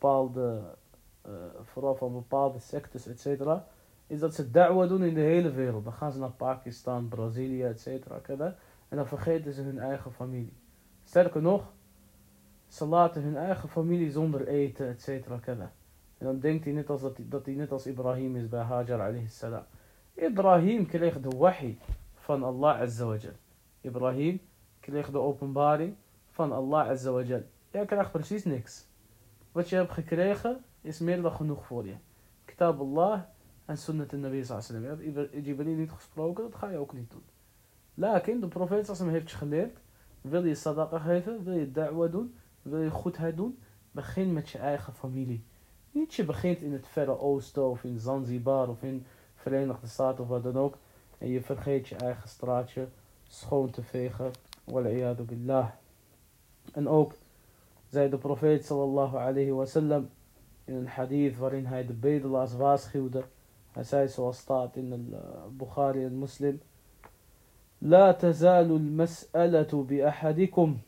van bepaalde sectes, etc., is dat ze da'wa doen in de hele wereld. Dan gaan ze naar Pakistan, Brazilië, etc. En dan vergeten ze hun eigen familie. Sterker nog, ze laten hun eigen familie zonder eten, etc. En dan denkt hij dat hij net als Ibrahim is bij Hajar alayhi salam. Ibrahim kreeg de wahi van Allah azza wa jal. Ibrahim kreeg de openbaring van Allah azza wa jal. Jij krijgt precies niks. Wat je hebt gekregen is meer dan genoeg voor je. Kitab Allah en sunnat al-Nabi sallallahu alayhi wa sallam. Je hebt Jibril niet gesproken, dat ga je ook niet doen. Lakin, de profeet sallallahu alayhi wa sallam heeft je geleerd: wil je sadaqa geven, wil je da'wa doen, wil je goedheid doen, begin met je eigen familie. Niet je begint in het Verre Oosten of in Zanzibar of in Verenigde Staten of wat dan ook, en je vergeet je eigen straatje schoon te vegen. Wal'iyadu billah. En ook zei de profeet sallallahu alayhi wa sallam in een hadith waarin hij de bedelaars waarschuwde. Hij zei, zoals staat in de Bukhari en Muslim: La tazalu al-mas'alatu bi ahadikum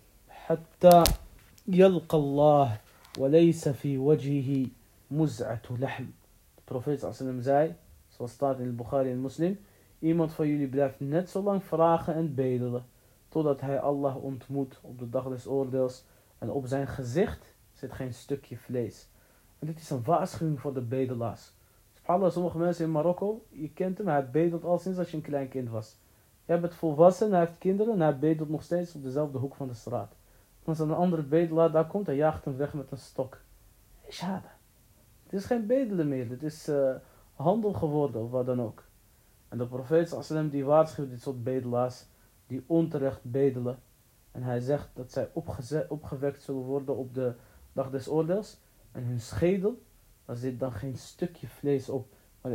حتى يلقى الله وليس في وجهه مزعة لحم. De profeet sallam zei, zoals staat in het Bukhari en Muslim, iemand van jullie blijft net zo lang vragen en bedelen, totdat hij Allah ontmoet op de dag des oordeels en op zijn gezicht zit geen stukje vlees. En dit is een waarschuwing voor de bedelaars. Subhanallah, sommige mensen in Marokko, je kent hem, hij bedelt al sinds als je een klein kind was. Jij bent volwassen, hij heeft kinderen en hij bedelt nog steeds op dezelfde hoek van de straat. Als een andere bedelaar daar komt, hij jaagt hem weg met een stok. Schade. Het is geen bedelen meer, het is handel geworden of wat dan ook. En de profeet sallam die waarschuwt dit soort bedelaars die onterecht bedelen. En hij zegt dat zij opgewekt zullen worden op de dag des oordeels. En hun schedel, daar zit dan geen stukje vlees op.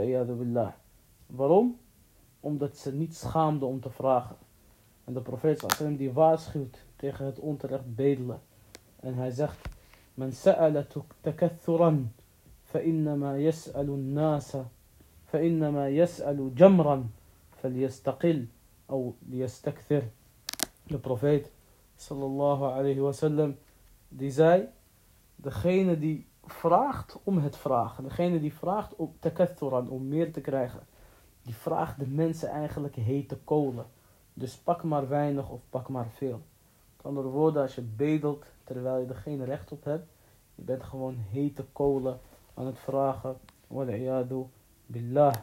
Waarom? Omdat ze niet schaamden om te vragen. En de profeet sallam die waarschuwt tegen het onterecht bedelen. En hij zegt: Men sa'ala takathuran فإنما يسأل الناس فإنما يسأل جمرا فليستقل أو ليستكثر. De profeet sallallahu alayhi wasallam die zei: degene die vraagt om het vragen, degene die vraagt om takathuran, om meer te krijgen, die vraagt de mensen eigenlijk hete kolen. Dus pak maar weinig of pak maar veel. Met andere woorden, als je bedelt terwijl je er geen recht op hebt, je bent gewoon hete kolen aan het vragen. Wal'iyadu billah.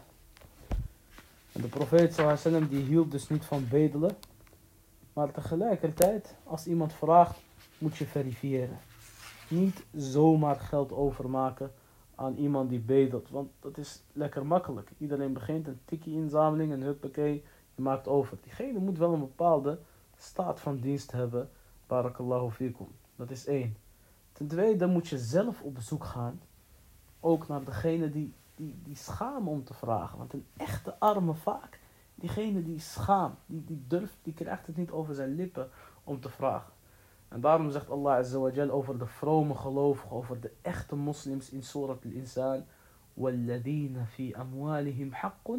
En de profeet sallallahu alaihi wasallam die hield dus niet van bedelen. Maar tegelijkertijd, als iemand vraagt, moet je verifiëren. Niet zomaar geld overmaken aan iemand die bedelt. Want dat is lekker makkelijk. Iedereen begint een tikkie-inzameling en huppakee, je maakt over. Diegene moet wel een bepaalde staat van dienst hebben. Barakallahu fikum. Dat is 1. Ten tweede moet je zelf op bezoek gaan. Ook naar degene die schamen om te vragen. Want een echte arme vaak, diegene die schaamt, die durft, die krijgt het niet over zijn lippen om te vragen. En daarom zegt Allah Azza wa Jal over de vrome gelovigen, over de echte moslims in Surat al-Insan: وَالَّذِينَ فِي أَمْوَالِهِمْ حَقٌّ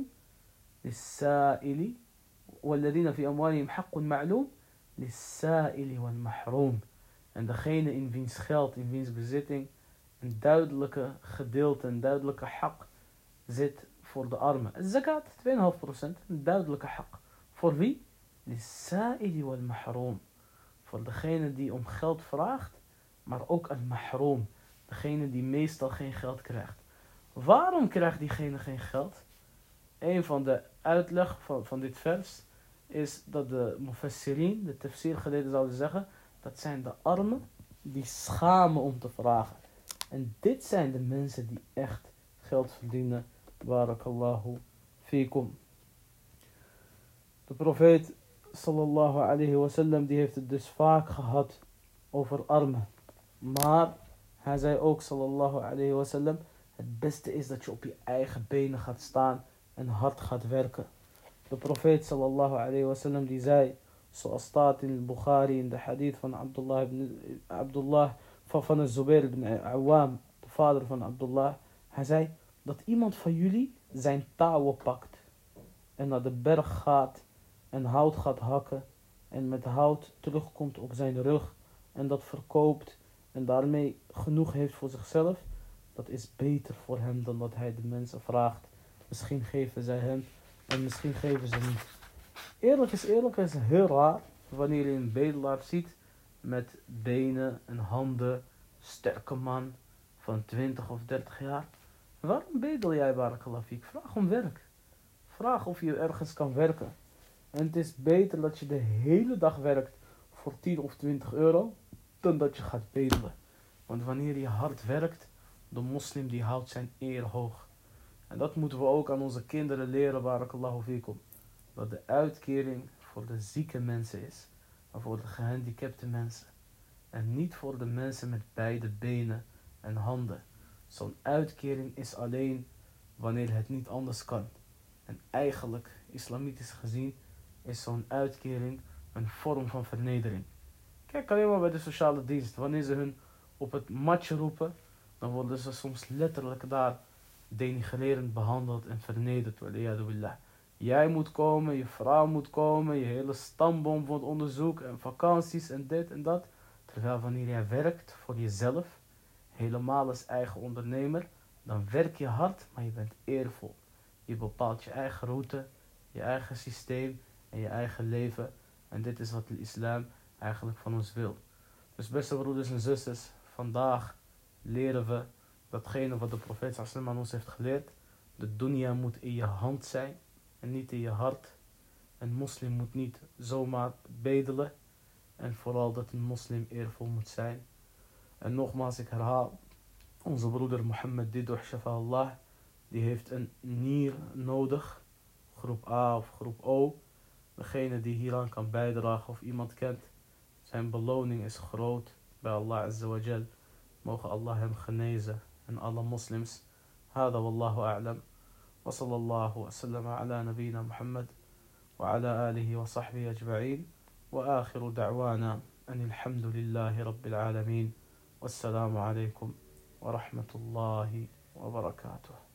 لِلسَّائِلِ وَالَّذِينَ فِي أَمْوَالِهِمْ حَقٌّ مَعْلُومٌ لِلسَّائِلِ وَالْمَحْرُومِ. En degene in wiens geld, in wiens bezitting een duidelijke gedeelte, een duidelijke haq zit voor de armen. Zakat, 2,5%, een duidelijke haq. Voor wie? Lissa'ili wal mahroom. Voor degene die om geld vraagt, maar ook een mahroom. Degene die meestal geen geld krijgt. Waarom krijgt diegene geen geld? Een van de uitleg van dit vers is dat de mufassirin, de tafsirgeleerden zouden zeggen, dat zijn de armen die schamen om te vragen. En dit zijn de mensen die echt geld verdienen. Barakallahu fikum. De profeet sallallahu alayhi wasallam die heeft het dus vaak gehad over armen. Maar hij zei ook sallallahu alayhi wasallam: het beste is dat je op je eigen benen gaat staan en hard gaat werken. De profeet sallallahu alayhi wasallam die zei, zoals staat in Bukhari in de hadith van Abdullah van de Zubair ibn Awam, de vader van Abdullah. Hij zei dat iemand van jullie zijn touwen pakt en naar de berg gaat en hout gaat hakken en met hout terugkomt op zijn rug en dat verkoopt en daarmee genoeg heeft voor zichzelf. Dat is beter voor hem dan dat hij de mensen vraagt. Misschien geven zij hem en misschien geven ze niet. Eerlijk is heel raar wanneer je een bedelaar ziet met benen en handen, sterke man van 20 of 30 jaar. Waarom bedel jij, barakallahu fiek? Vraag om werk. Vraag of je ergens kan werken. En het is beter dat je de hele dag werkt voor 10 of 20 euro dan dat je gaat bedelen. Want wanneer je hard werkt, de moslim die houdt zijn eer hoog. En dat moeten we ook aan onze kinderen leren, barakallahu fikum. Dat de uitkering voor de zieke mensen is, maar voor de gehandicapte mensen. En niet voor de mensen met beide benen en handen. Zo'n uitkering is alleen wanneer het niet anders kan. En eigenlijk, islamitisch gezien, is zo'n uitkering een vorm van vernedering. Kijk alleen maar bij de sociale dienst. Wanneer ze hun op het matje roepen, dan worden ze soms letterlijk daar denigrerend behandeld en vernederd. Jij moet komen, je vrouw moet komen, je hele stamboom wordt onderzoek en vakanties en dit en dat. Terwijl wanneer jij werkt voor jezelf, helemaal als eigen ondernemer, dan werk je hard, maar je bent eervol. Je bepaalt je eigen route, je eigen systeem en je eigen leven. En dit is wat de islam eigenlijk van ons wil. Dus beste broeders en zusters, vandaag leren we datgene wat de profeet sallallahu aan ons heeft geleerd. De dunya moet in je hand zijn en niet in je hart. Een moslim moet niet zomaar bedelen. En vooral dat een moslim eervol moet zijn. En nogmaals, ik herhaal, onze broeder Mohammed Didoh Shafa'Allah, die heeft een nier nodig. Groep A of groep O. Degene die hieraan kan bijdragen of iemand kent. Zijn beloning is groot bij Allah Azza wa Jal. Mogen Allah hem genezen en alle moslims. هذا والله أعلم وصلى الله وسلم على نبينا محمد وعلى آله وصحبه أجمعين وآخر دعوانا أن الحمد لله رب العالمين والسلام عليكم ورحمة الله وبركاته.